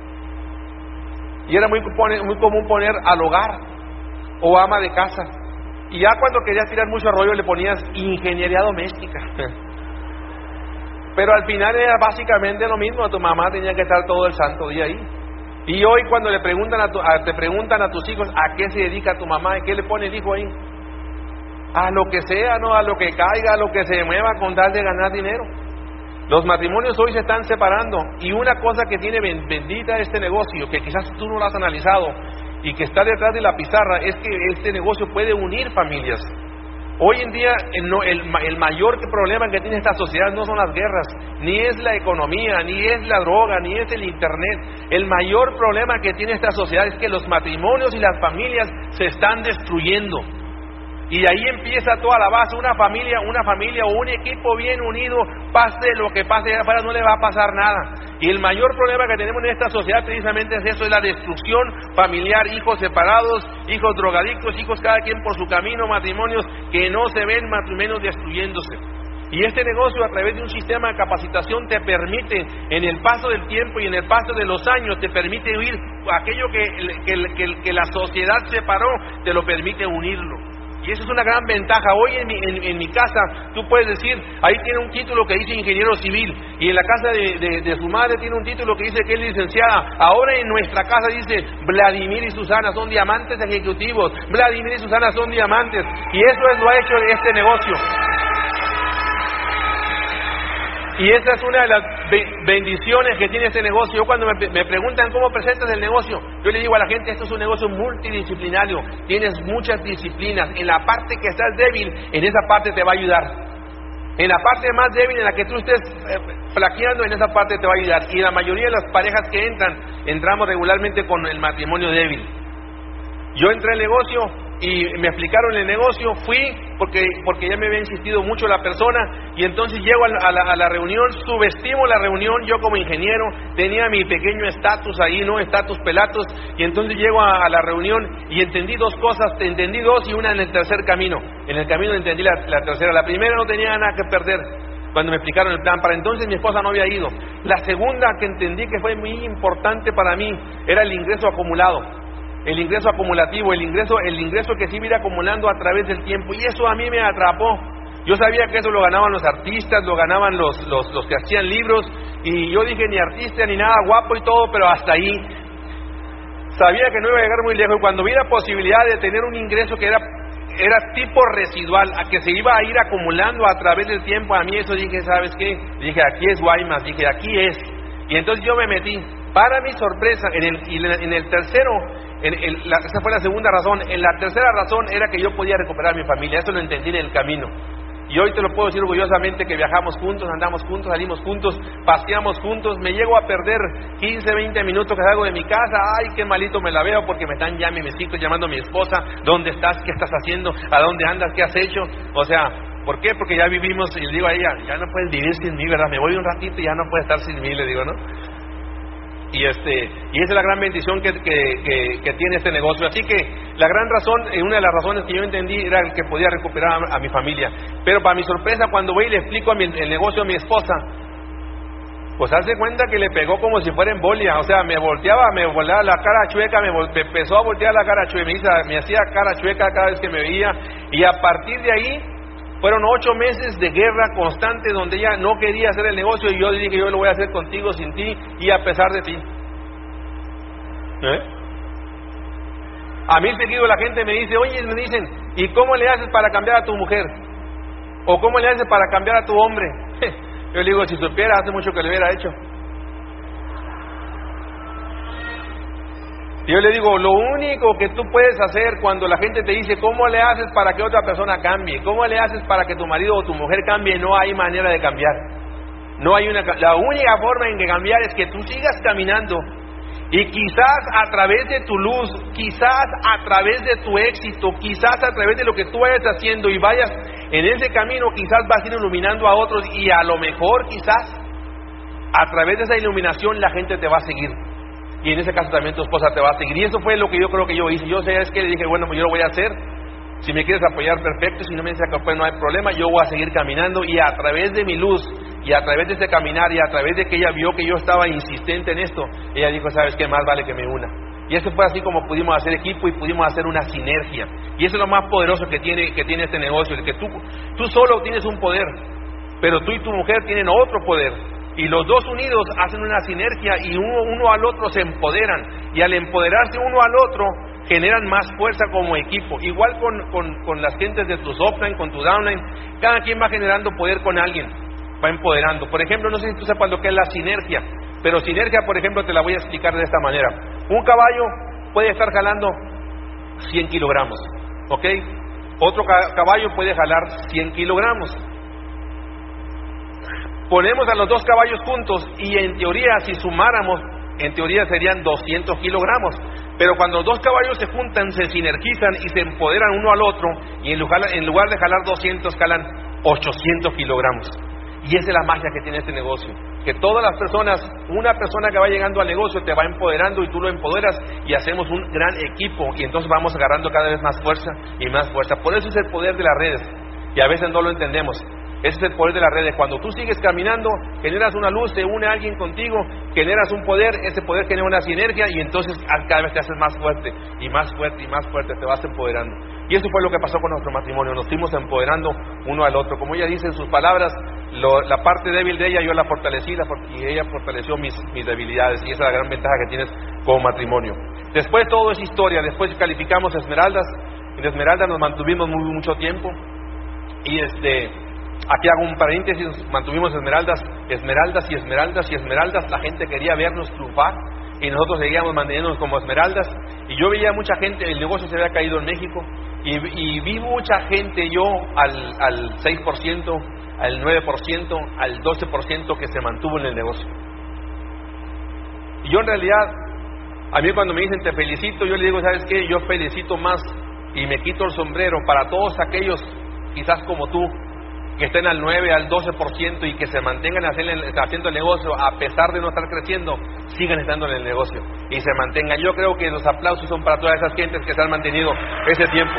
Y era muy común poner al hogar o ama de casa. Y ya cuando querías tirar mucho rollo le ponías ingeniería doméstica. Pero al final era básicamente lo mismo. Tu mamá tenía que estar todo el santo día ahí. Y hoy cuando te preguntan a tus hijos ¿a qué se dedica tu mamá? ¿Y qué le pone el hijo ahí? A lo que sea, ¿no? A lo que caiga, a lo que se mueva con tal de ganar dinero. Los matrimonios hoy se están separando. Y una cosa que tiene bendita este negocio, que quizás tú no lo has analizado y que está detrás de la pizarra, es que este negocio puede unir familias. Hoy en día el mayor problema que tiene esta sociedad no son las guerras, ni es la economía, ni es la droga, ni es el internet. El mayor problema que tiene esta sociedad es que los matrimonios y las familias se están destruyendo. Y de ahí empieza toda la base. Una familia o un equipo bien unido, pase lo que pase allá afuera, no le va a pasar nada. Y el mayor problema que tenemos en esta sociedad precisamente es eso, es la destrucción familiar, hijos separados, hijos drogadictos, hijos cada quien por su camino, matrimonios que no se ven, matrimonios destruyéndose. Y este negocio, a través de un sistema de capacitación, te permite, en el paso del tiempo y en el paso de los años, te permite unir aquello que la sociedad separó, te lo permite unirlo. Y eso es una gran ventaja. Hoy en mi casa, tú puedes decir, ahí tiene un título que dice ingeniero civil, y en la casa de su madre tiene un título que dice que es licenciada. Ahora en nuestra casa dice, Vladimir y Susana son diamantes ejecutivos, Vladimir y Susana son diamantes, y eso lo ha hecho este negocio. Y esa es una de las bendiciones que tiene este negocio. Yo cuando me preguntan cómo presentas el negocio, yo le digo a la gente, esto es un negocio multidisciplinario, tienes muchas disciplinas. En la parte que estás débil, en esa parte te va a ayudar. En la parte más débil, en la que tú estés flaqueando, en esa parte te va a ayudar. Y la mayoría de las parejas que entramos regularmente con el matrimonio débil. Yo entré al negocio y me explicaron el negocio, fui porque ya me había insistido mucho la persona, y entonces llego a la reunión, subestimo la reunión, yo como ingeniero tenía mi pequeño estatus ahí, no estatus pelatos, y entonces llego a la reunión y entendí dos cosas, entendí dos y una en el tercer camino. En el camino entendí la tercera. La primera, no tenía nada que perder cuando me explicaron el plan. Para entonces mi esposa no había ido. La segunda que entendí que fue muy importante para mí era el ingreso acumulado. El ingreso acumulativo, el ingreso que se iba a ir acumulando a través del tiempo, y eso a mí me atrapó. Yo sabía que eso lo ganaban los artistas, lo ganaban los que hacían libros, y yo dije, ni artista ni nada, guapo y todo, pero hasta ahí. Sabía que no iba a llegar muy lejos, y cuando vi la posibilidad de tener un ingreso que era tipo residual, a que se iba a ir acumulando a través del tiempo, a mí eso dije, ¿sabes qué? Dije, aquí es Guaymas, dije, aquí es. Y entonces yo me metí. Para mi sorpresa, en el tercero, esa fue la segunda razón. En la tercera razón era que yo podía recuperar mi familia. Eso lo entendí en el camino. Y hoy te lo puedo decir orgullosamente que viajamos juntos, andamos juntos, salimos juntos, paseamos juntos. Me llego a perder 15, 20 minutos que salgo de mi casa. Ay, qué malito me la veo porque me están llamando a mi esposa. ¿Dónde estás? ¿Qué estás haciendo? ¿A dónde andas? ¿Qué has hecho? O sea, ¿por qué? Porque ya vivimos, y le digo a ella, ya no puedes vivir sin mí, ¿verdad? Me voy un ratito y ya no puedes estar sin mí, le digo, ¿no? Y esa es la gran bendición que tiene este negocio. Así que la gran razón, una de las razones que yo entendí era el que podía recuperar a mi familia. Pero para mi sorpresa, cuando voy y le explico el negocio a mi esposa, pues hace cuenta que le pegó como si fuera embolia. O sea, me volteaba la cara chueca, me empezó a voltear la cara chueca, me hacía cara chueca cada vez que me veía. Y a partir de ahí fueron 8 meses de guerra constante donde ella no quería hacer el negocio y yo dije, yo lo voy a hacer contigo, sin ti y a pesar de ti. A mí seguido la gente me dice, oye, me dicen, ¿y cómo le haces para cambiar a tu mujer? ¿O cómo le haces para cambiar a tu hombre? Yo le digo, si supiera, hace mucho que le hubiera hecho. Yo le digo, lo único que tú puedes hacer cuando la gente te dice, ¿cómo le haces para que otra persona cambie? ¿Cómo le haces para que tu marido o tu mujer cambie? No hay manera de cambiar. La única forma en que cambiar es que tú sigas caminando y quizás a través de tu luz, quizás a través de tu éxito, quizás a través de lo que tú vayas haciendo y vayas en ese camino, quizás vas a ir iluminando a otros y a lo mejor quizás a través de esa iluminación la gente te va a seguir. Y en ese caso también tu esposa te va a seguir. Y eso fue lo que yo creo que yo hice. Yo sé, es que le dije, bueno, pues yo lo voy a hacer. Si me quieres apoyar, perfecto. Si no me dices que pues no hay problema, yo voy a seguir caminando. Y a través de mi luz, y a través de ese caminar, y a través de que ella vio que yo estaba insistente en esto, ella dijo, ¿sabes qué? Más vale que me una. Y eso fue así como pudimos hacer equipo y pudimos hacer una sinergia. Y eso es lo más poderoso que tiene este negocio. De que tú solo tienes un poder, pero tú y tu mujer tienen otro poder. Y los dos unidos hacen una sinergia y uno al otro se empoderan. Y al empoderarse uno al otro, generan más fuerza como equipo. Igual con las gentes de tu upline, con tu downline, cada quien va generando poder con alguien, va empoderando. Por ejemplo, no sé si tú sepas lo que es la sinergia, pero sinergia, por ejemplo, te la voy a explicar de esta manera. Un caballo puede estar jalando 100 kilogramos, ¿ok? Otro caballo puede jalar 100 kilogramos. Ponemos a los dos caballos juntos y en teoría, si sumáramos, en teoría serían 200 kilogramos. Pero cuando los dos caballos se juntan, se sinergizan y se empoderan uno al otro, y en lugar de jalar 200, jalan 800 kilogramos. Y esa es la magia que tiene este negocio. Que todas las personas, una persona que va llegando al negocio te va empoderando y tú lo empoderas y hacemos un gran equipo. Y entonces vamos agarrando cada vez más fuerza y más fuerza. Por eso es el poder de las redes. Y a veces no lo entendemos. Ese es el poder de las redes. Cuando tú sigues caminando, generas una luz, se une alguien contigo, generas un poder, ese poder genera una sinergia y entonces cada vez te haces más fuerte y más fuerte y más fuerte, te vas empoderando. Y eso fue lo que pasó con nuestro matrimonio, nos fuimos empoderando uno al otro. Como ella dice en sus palabras, la parte débil de ella yo la fortalecí y ella fortaleció mis debilidades, y esa es la gran ventaja que tienes como matrimonio. Después todo es historia, después calificamos Esmeraldas, en Esmeraldas nos mantuvimos mucho tiempo y aquí hago un paréntesis, mantuvimos esmeraldas, la gente quería vernos triunfar y nosotros seguíamos manteniéndonos como esmeraldas. Y yo veía mucha gente, el negocio se había caído en México y vi mucha gente, yo al 6%, al 9%, al 12% que se mantuvo en el negocio. Y yo en realidad, a mí cuando me dicen te felicito, yo le digo, ¿sabes qué? Yo felicito más y me quito el sombrero para todos aquellos, quizás como tú, que estén al 9, al 12% y que se mantengan haciendo el negocio a pesar de no estar creciendo, sigan estando en el negocio y se mantengan. Yo creo que los aplausos son para todas esas gentes que se han mantenido ese tiempo,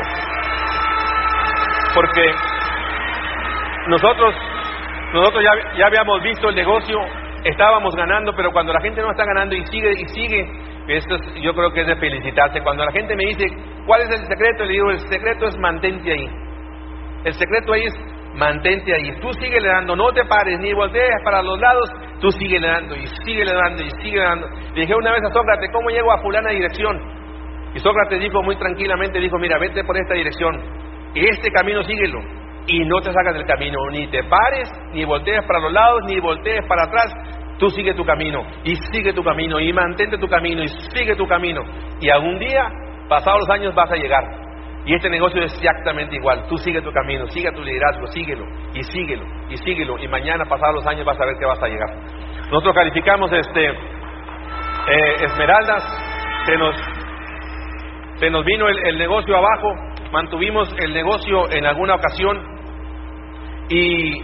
porque nosotros ya habíamos visto el negocio, estábamos ganando, pero cuando la gente no está ganando y sigue, esto yo creo que es de felicitarse. Cuando la gente me dice ¿cuál es el secreto? Le digo, el secreto es mantente ahí. El secreto ahí es mantente ahí, tú sigue le dando, no te pares ni voltees para los lados, tú sigue le dando y sigue le dando y sigue le dando. Le dije una vez a Sócrates, ¿cómo llego a fulana dirección? Y Sócrates dijo muy tranquilamente, dijo, mira, vete por esta dirección, este camino síguelo y no te sacas del camino, ni te pares, ni voltees para los lados, ni voltees para atrás, tú sigue tu camino y sigue tu camino y mantente tu camino y sigue tu camino y algún día, pasados los años, vas a llegar. Y este negocio es exactamente igual. Tú sigue tu camino, sigue tu liderazgo, síguelo, y síguelo, y síguelo. Y mañana, pasados los años, vas a ver que vas a llegar. Nosotros calificamos esmeraldas, se nos vino el negocio abajo, mantuvimos el negocio en alguna ocasión y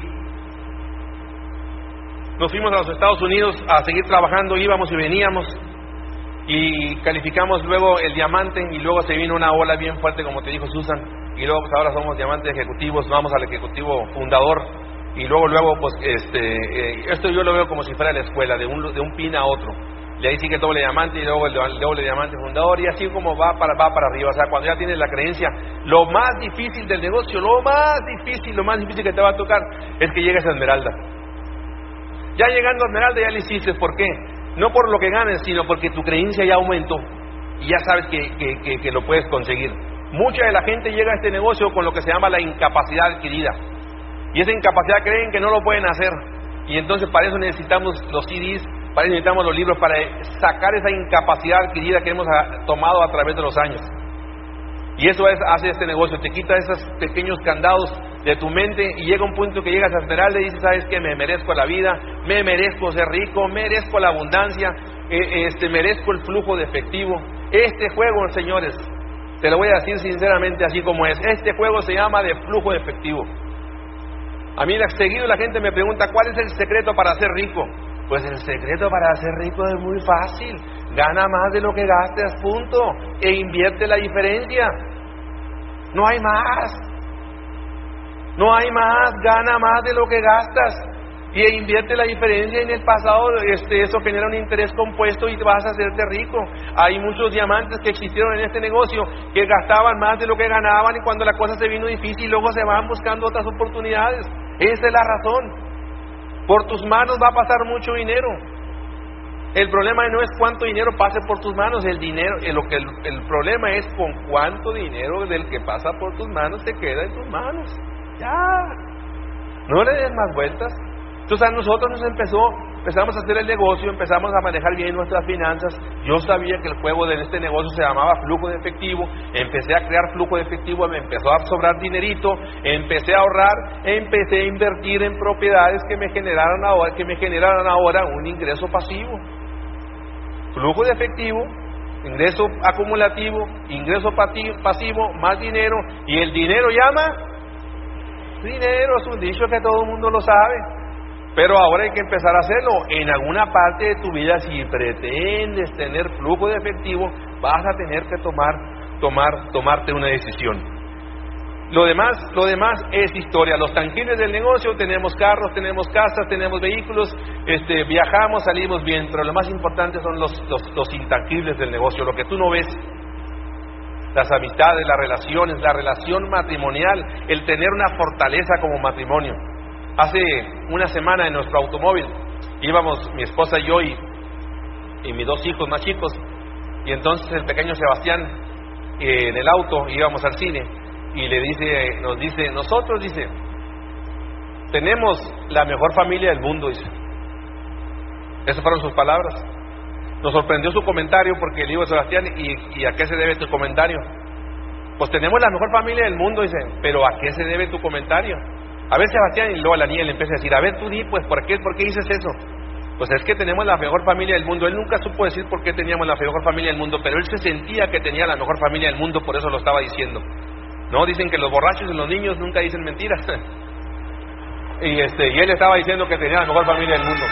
nos fuimos a los Estados Unidos a seguir trabajando, íbamos y veníamos y calificamos luego el diamante y luego se vino una ola bien fuerte, como te dijo Susan, y luego pues ahora somos diamantes ejecutivos, vamos al ejecutivo fundador y luego pues esto yo lo veo como si fuera la escuela, de un pin a otro. Y ahí sigue el doble diamante y luego el doble diamante fundador y así como va para arriba. O sea, cuando ya tienes la creencia, lo más difícil del negocio, lo más difícil que te va a tocar es que llegues a esmeralda. Ya llegando a esmeralda ya lo hiciste. ¿Por qué? No por lo que ganes, sino porque tu creencia ya aumentó y ya sabes que lo puedes conseguir. Mucha de la gente llega a este negocio con lo que se llama la incapacidad adquirida y esa incapacidad creen que no lo pueden hacer y entonces para eso necesitamos los CDs, para eso necesitamos los libros, para sacar esa incapacidad adquirida que hemos tomado a través de los años. Y eso hace este negocio, te quita esos pequeños candados de tu mente y llega un punto que llegas a esmeralda y dices, ¿sabes qué? Me merezco la vida, me merezco ser rico, merezco la abundancia, merezco el flujo de efectivo. Este juego, señores, te lo voy a decir sinceramente así como es, este juego se llama de flujo de efectivo. A mí seguido la gente me pregunta, ¿cuál es el secreto para ser rico? Pues el secreto para ser rico es muy fácil. Gana más de lo que gastes, punto. E invierte la diferencia. No hay más. No hay más. Gana más de lo que gastas. Y invierte la diferencia. En el pasado eso genera un interés compuesto y vas a hacerte rico. Hay muchos diamantes que existieron en este negocio que gastaban más de lo que ganaban y cuando la cosa se vino difícil luego se van buscando otras oportunidades. Esa es la razón. Por tus manos va a pasar mucho dinero. El problema no es cuánto dinero pase por tus manos, el problema es con cuánto dinero del que pasa por tus manos se queda en tus manos. Ya. No le des más vueltas. Entonces a nosotros empezamos a hacer el negocio, empezamos a manejar bien nuestras finanzas. Yo sabía que el juego de este negocio se llamaba flujo de efectivo. Empecé a crear flujo de efectivo, me empezó a sobrar dinerito, empecé a ahorrar, empecé a invertir en propiedades que me generaran ahora un ingreso pasivo. Flujo de efectivo, ingreso acumulativo, ingreso pasivo, más dinero. Y el dinero llama dinero, es un dicho que todo el mundo lo sabe. Pero ahora hay que empezar a hacerlo. En alguna parte de tu vida, si pretendes tener flujo de efectivo, vas a tener que tomarte una decisión. Lo demás es historia. Los tangibles del negocio, tenemos carros, tenemos casas, tenemos vehículos, viajamos, salimos bien, pero lo más importante son los intangibles del negocio, lo que tú no ves. Las amistades, las relaciones, la relación matrimonial, el tener una fortaleza como matrimonio. Hace una semana en nuestro automóvil íbamos mi esposa y yo y mis dos hijos más chicos, y entonces el pequeño Sebastián en el auto íbamos al cine y nos dice nosotros tenemos la mejor familia del mundo, dice. Esas fueron sus palabras. Nos sorprendió su comentario porque le digo a Sebastián, ¿y a qué se debe tu comentario? Pues tenemos la mejor familia del mundo, dice, pero ¿a qué se debe tu comentario? A ver, Sebastián, y luego a la niña le empieza a decir, a ver, tú di, pues, ¿por qué dices eso? Pues es que tenemos la mejor familia del mundo. Él nunca supo decir por qué teníamos la mejor familia del mundo, pero él se sentía que tenía la mejor familia del mundo, por eso lo estaba diciendo. No, dicen que los borrachos y los niños nunca dicen mentiras. Y él estaba diciendo que tenía la mejor familia del mundo.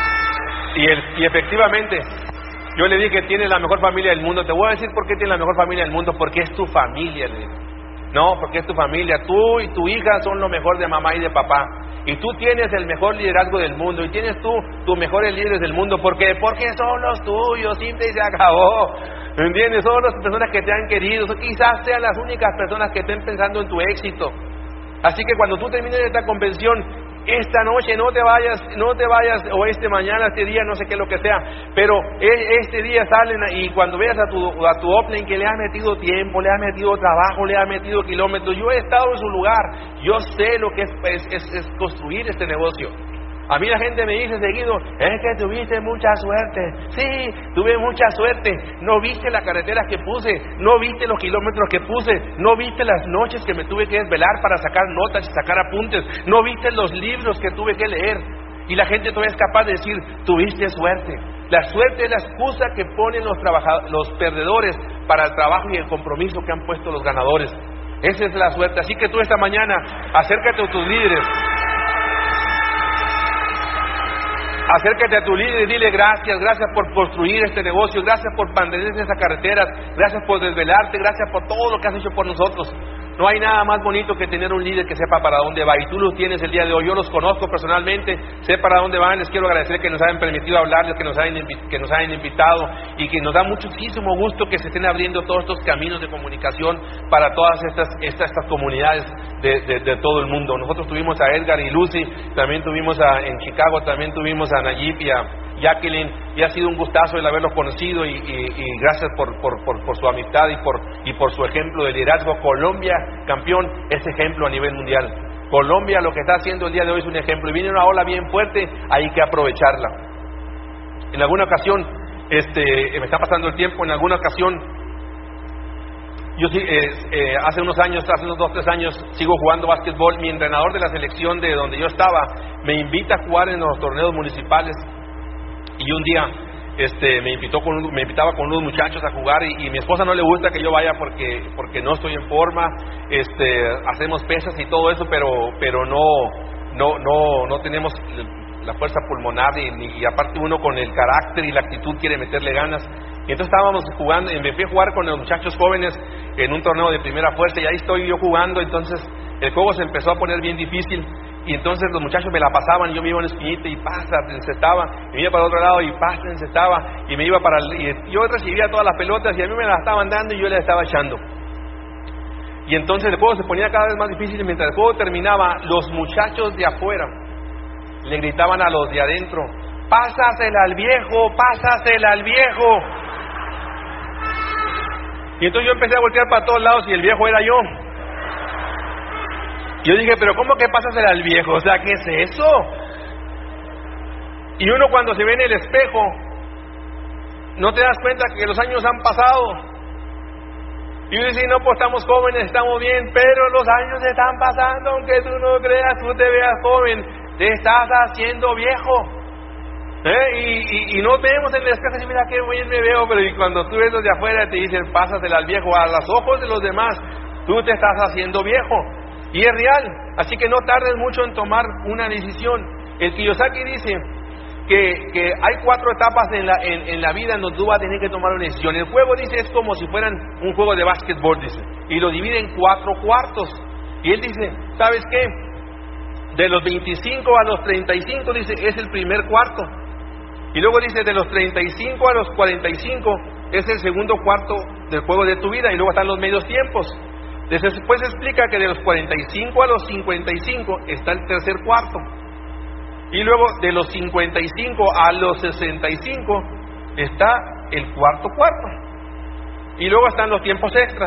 Y efectivamente, yo le dije, tienes la mejor familia del mundo. Te voy a decir por qué tienes la mejor familia del mundo, porque es tu familia, le dije. No, porque es tu familia. Tú y tu hija son lo mejor de mamá y de papá. Y tú tienes el mejor liderazgo del mundo. Y tienes tú tus mejores líderes del mundo. ¿Por qué? Porque son los tuyos. Simple y se acabó. ¿Me entiendes? Son las personas que te han querido. Quizás sean las únicas personas que estén pensando en tu éxito. Así que cuando tú termines esta convención, esta noche no te vayas, o mañana, este día, no sé qué es lo que sea, pero este día salen y cuando veas a tu upline que le has metido tiempo, le has metido trabajo, le has metido kilómetros, yo he estado en su lugar, yo sé lo que es construir este negocio. A mí la gente me dice seguido, es que tuviste mucha suerte. Sí, tuve mucha suerte. No viste las carreteras que puse, no viste los kilómetros que puse, no viste las noches que me tuve que desvelar para sacar notas y sacar apuntes, no viste los libros que tuve que leer. Y la gente todavía es capaz de decir, tuviste suerte. La suerte es la excusa que ponen los perdedores para el trabajo y el compromiso que han puesto los ganadores. Esa es la suerte. Así que tú esta mañana, acércate a tus líderes. Acércate a tu líder y dile gracias por construir este negocio, gracias por mantenerse en esas carreteras, gracias por desvelarte, gracias por todo lo que has hecho por nosotros. No hay nada más bonito que tener un líder que sepa para dónde va, y tú los tienes el día de hoy. Yo los conozco personalmente, sé para dónde van. Les quiero agradecer que nos hayan permitido hablarles, que nos hayan invitado, y que nos da muchísimo gusto que se estén abriendo todos estos caminos de comunicación para todas estas comunidades de todo el mundo. Nosotros tuvimos a Edgar y Lucy, también tuvimos en Chicago, también tuvimos a Nayib y a Jacqueline, y ha sido un gustazo el haberlos conocido, y gracias por su amistad y por su ejemplo de liderazgo. Colombia, campeón, es ejemplo a nivel mundial. Colombia lo que está haciendo el día de hoy es un ejemplo, y viene una ola bien fuerte, hay que aprovecharla. En alguna ocasión, me está pasando el tiempo, en alguna ocasión, yo hace unos 2-3 años, sigo jugando básquetbol. Mi entrenador de la selección de donde yo estaba me invita a jugar en los torneos municipales, y un día me invitaba con unos muchachos a jugar, y mi esposa no le gusta que yo vaya porque no estoy en forma. Hacemos pesas y todo eso, pero no tenemos la fuerza pulmonar, y aparte uno con el carácter y la actitud quiere meterle ganas. Y entonces estábamos jugando, me fui a jugar con los muchachos jóvenes en un torneo de primera fuerza, y ahí estoy yo jugando. Entonces el juego se empezó a poner bien difícil, y entonces los muchachos me la pasaban, y yo me iba en esquinita y te encestaba, y me iba para el otro lado y te encestaba, y me iba y yo recibía todas las pelotas, y a mí me las estaban dando y yo les estaba echando. Y entonces el juego se ponía cada vez más difícil, y mientras el juego terminaba, los muchachos de afuera le gritaban a los de adentro, pásasela al viejo, pásasela al viejo. Y entonces yo empecé a voltear para todos lados, y el viejo era yo. Yo dije, pero ¿cómo que pásasela al viejo? O sea, ¿qué es eso? Y uno cuando se ve en el espejo, no te das cuenta que los años han pasado. Y uno dice, no, pues estamos jóvenes, estamos bien, pero los años están pasando, aunque tú no creas, tú te veas joven, te estás haciendo viejo. Y no vemos en el espejo y mira qué bien me veo, pero y cuando tú ves los de afuera te dicen, pásasela al viejo, a los ojos de los demás, tú te estás haciendo viejo. Y es real, así que no tardes mucho en tomar una decisión. El Kiyosaki dice que hay 4 etapas en la vida en donde tú vas a tener que tomar una decisión. El juego, dice, es como si fueran un juego de básquetbol, dice, y lo divide en 4 cuartos. Y él dice, ¿sabes qué? De los 25 a los 35, dice, es el primer cuarto. Y luego dice, de los 35 a los 45 es el segundo cuarto del juego de tu vida, y luego están los medios tiempos. Después explica que de los 45 a los 55 está el tercer cuarto, y luego de los 55 a los 65 está el cuarto cuarto, y luego están los tiempos extras.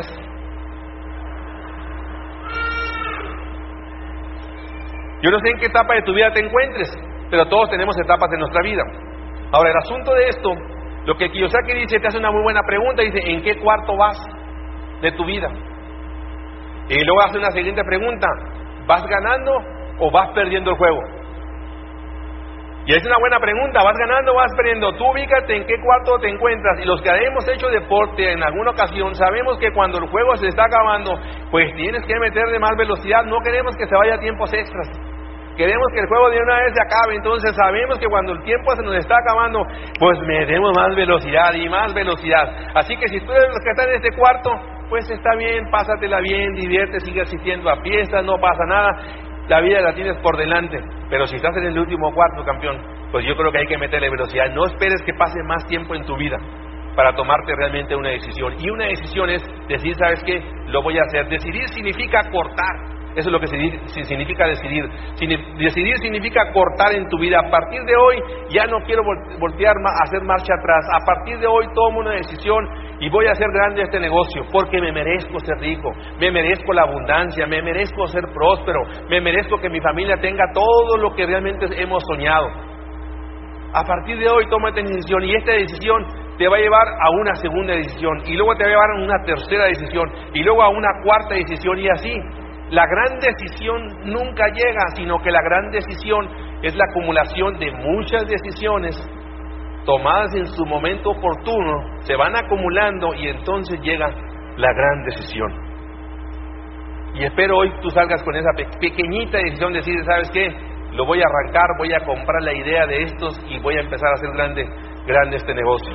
Yo no sé en qué etapa de tu vida te encuentres, pero todos tenemos etapas de nuestra vida. Ahora, el asunto de esto, lo que Kiyosaki dice, te hace una muy buena pregunta, dice, ¿en qué cuarto vas de tu vida? Y luego hace una siguiente pregunta, ¿vas ganando o vas perdiendo el juego? Y es una buena pregunta, ¿vas ganando o vas perdiendo? Tú ubícate en qué cuarto te encuentras. Y los que hemos hecho deporte en alguna ocasión, sabemos que cuando el juego se está acabando, pues tienes que meterle más velocidad. No queremos que se vaya a tiempos extras, queremos que el juego de una vez se acabe. Entonces sabemos que cuando el tiempo se nos está acabando, pues metemos más velocidad y más velocidad. Así que si tú eres los que están en este cuarto, pues está bien, pásatela bien, divierte, sigue asistiendo a fiestas, no pasa nada, la vida la tienes por delante. Pero si estás en el último cuarto, campeón, pues yo creo que hay que meterle velocidad. No esperes que pase más tiempo en tu vida para tomarte realmente una decisión. Y una decisión es decir, ¿sabes qué? Lo voy a hacer. Decidir significa cortar. Eso es lo que significa decidir. Decidir significa cortar en tu vida. A partir de hoy ya no quiero voltear a hacer marcha atrás. A partir de hoy tomo una decisión y voy a hacer grande este negocio porque me merezco ser rico, me merezco la abundancia, me merezco ser próspero, me merezco que mi familia tenga todo lo que realmente hemos soñado. A partir de hoy toma esta decisión, y esta decisión te va a llevar a una segunda decisión, y luego te va a llevar a una tercera decisión, y luego a una cuarta decisión, y así. La gran decisión nunca llega, sino que la gran decisión es la acumulación de muchas decisiones tomadas en su momento oportuno, se van acumulando y entonces llega la gran decisión. Y espero hoy tú salgas con esa pequeñita decisión de decir, ¿sabes qué? Lo voy a arrancar, voy a comprar la idea de estos y voy a empezar a hacer grande este negocio.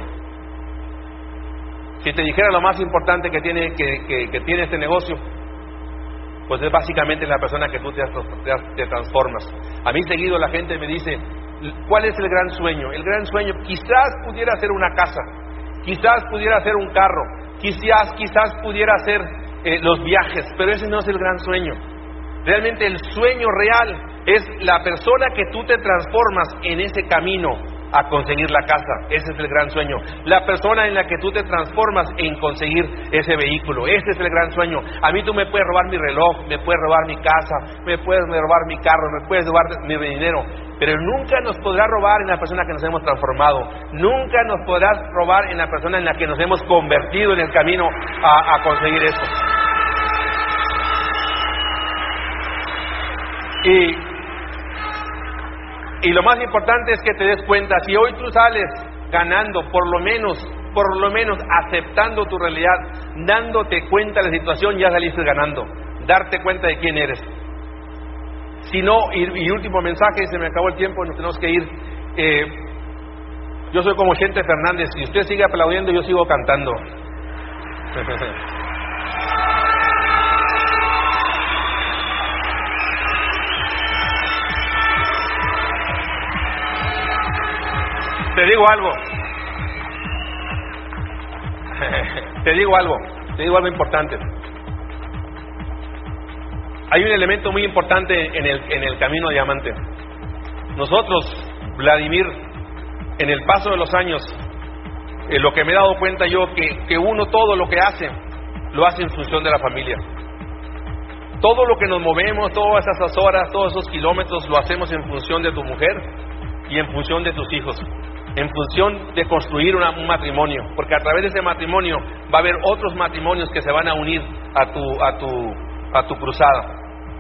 Si te dijera lo más importante que tiene este negocio, pues es básicamente la persona que tú te transformas. A mí seguido la gente me dice, ¿cuál es el gran sueño? El gran sueño quizás pudiera ser una casa, quizás pudiera ser un carro, quizás pudiera ser los viajes, pero ese no es el gran sueño. Realmente el sueño real es la persona que tú te transformas en ese camino a conseguir la casa. Ese es el gran sueño. La persona en la que tú te transformas en conseguir ese vehículo. Ese es el gran sueño. A mí tú me puedes robar mi reloj, me puedes robar mi casa, me puedes robar mi carro, me puedes robar mi dinero, pero nunca nos podrás robar en la persona que nos hemos transformado. Nunca nos podrás robar en la persona en la que nos hemos convertido en el camino a conseguir eso. Y lo más importante es que te des cuenta, si hoy tú sales ganando, por lo menos aceptando tu realidad, dándote cuenta de la situación, ya saliste ganando. Darte cuenta de quién eres. Si no, y último mensaje, se me acabó el tiempo, nos tenemos que ir. Yo soy como Chente Fernández, si usted sigue aplaudiendo, yo sigo cantando. Te digo algo importante. Hay un elemento muy importante en el camino diamante. Nosotros, Vladimir, en el paso de los años, lo que me he dado cuenta yo, que uno todo lo que hace, lo hace en función de la familia. Todo lo que nos movemos, todas esas horas, todos esos kilómetros, lo hacemos en función de tu mujer y en función de tus hijos. En función de construir un matrimonio, porque a través de ese matrimonio va a haber otros matrimonios que se van a unir a tu cruzada.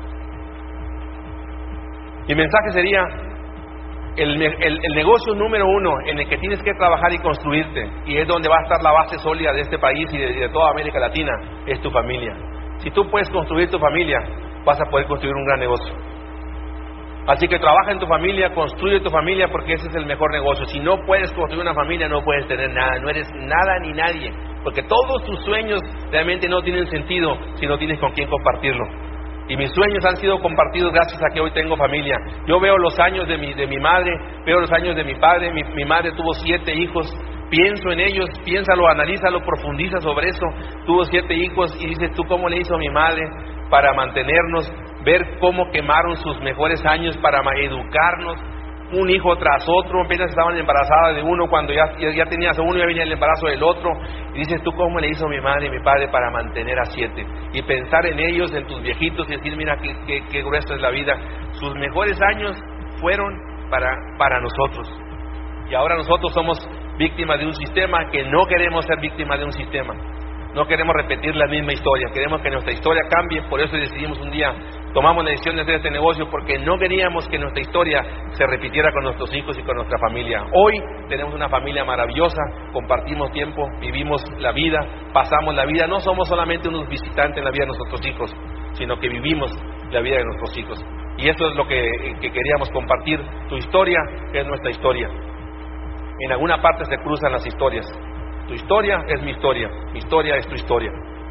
Mi mensaje sería, el negocio número uno en el que tienes que trabajar y construirte, y es donde va a estar la base sólida de este país y de toda América Latina, es tu familia. Si tú puedes construir tu familia, vas a poder construir un gran negocio. Así que trabaja en tu familia, construye tu familia, porque ese es el mejor negocio. Si no puedes construir una familia, no puedes tener nada, no eres nada ni nadie, porque todos tus sueños realmente no tienen sentido si no tienes con quién compartirlo. Y mis sueños han sido compartidos gracias a que hoy tengo familia. Yo veo los años de mi madre, veo los años de mi padre. Mi madre tuvo 7 hijos, pienso en ellos, piénsalo, analízalo, profundiza sobre eso. Tuvo 7 hijos y dices, ¿tú cómo le hizo a mi madre para mantenernos? Ver cómo quemaron sus mejores años para educarnos, un hijo tras otro. Apenas estaban embarazadas de uno, cuando ya tenías uno, ya venía el embarazo del otro. Y dices, ¿tú cómo le hizo mi madre y mi padre para mantener a 7? Y pensar en ellos, en tus viejitos, y decir, mira qué gruesa es la vida. Sus mejores años fueron para nosotros. Y ahora nosotros somos víctimas de un sistema que no queremos ser víctimas de un sistema. No queremos repetir la misma historia, queremos que nuestra historia cambie. Por eso decidimos un día, tomamos la decisión de hacer este negocio, porque no queríamos que nuestra historia se repitiera con nuestros hijos y con nuestra familia. Hoy tenemos una familia maravillosa, compartimos tiempo, vivimos la vida, pasamos la vida. No somos solamente unos visitantes en la vida de nuestros hijos, sino que vivimos la vida de nuestros hijos. Y eso es lo que queríamos compartir. Tu historia es nuestra historia. En alguna parte se cruzan las historias. Tu historia es mi historia es tu historia.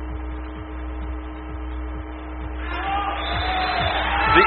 Sí.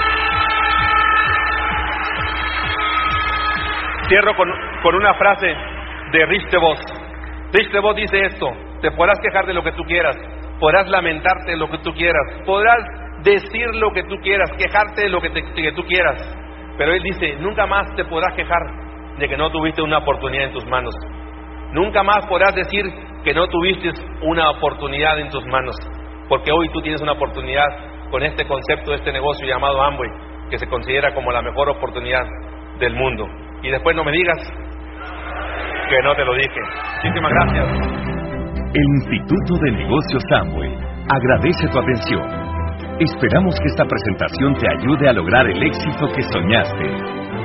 Cierro con una frase de Rich DeVos. Rich DeVos dice esto: te podrás quejar de lo que tú quieras, podrás lamentarte de lo que tú quieras, podrás decir lo que tú quieras, quejarte de lo que tú quieras, pero él dice, nunca más te podrás quejar de que no tuviste una oportunidad en tus manos. Nunca más podrás decir que no tuviste una oportunidad en tus manos, porque hoy tú tienes una oportunidad con este concepto de este negocio llamado Amway, que se considera como la mejor oportunidad del mundo. Y después no me digas que no te lo dije. Muchísimas gracias. El Instituto de Negocios Amway agradece tu atención. Esperamos que esta presentación te ayude a lograr el éxito que soñaste.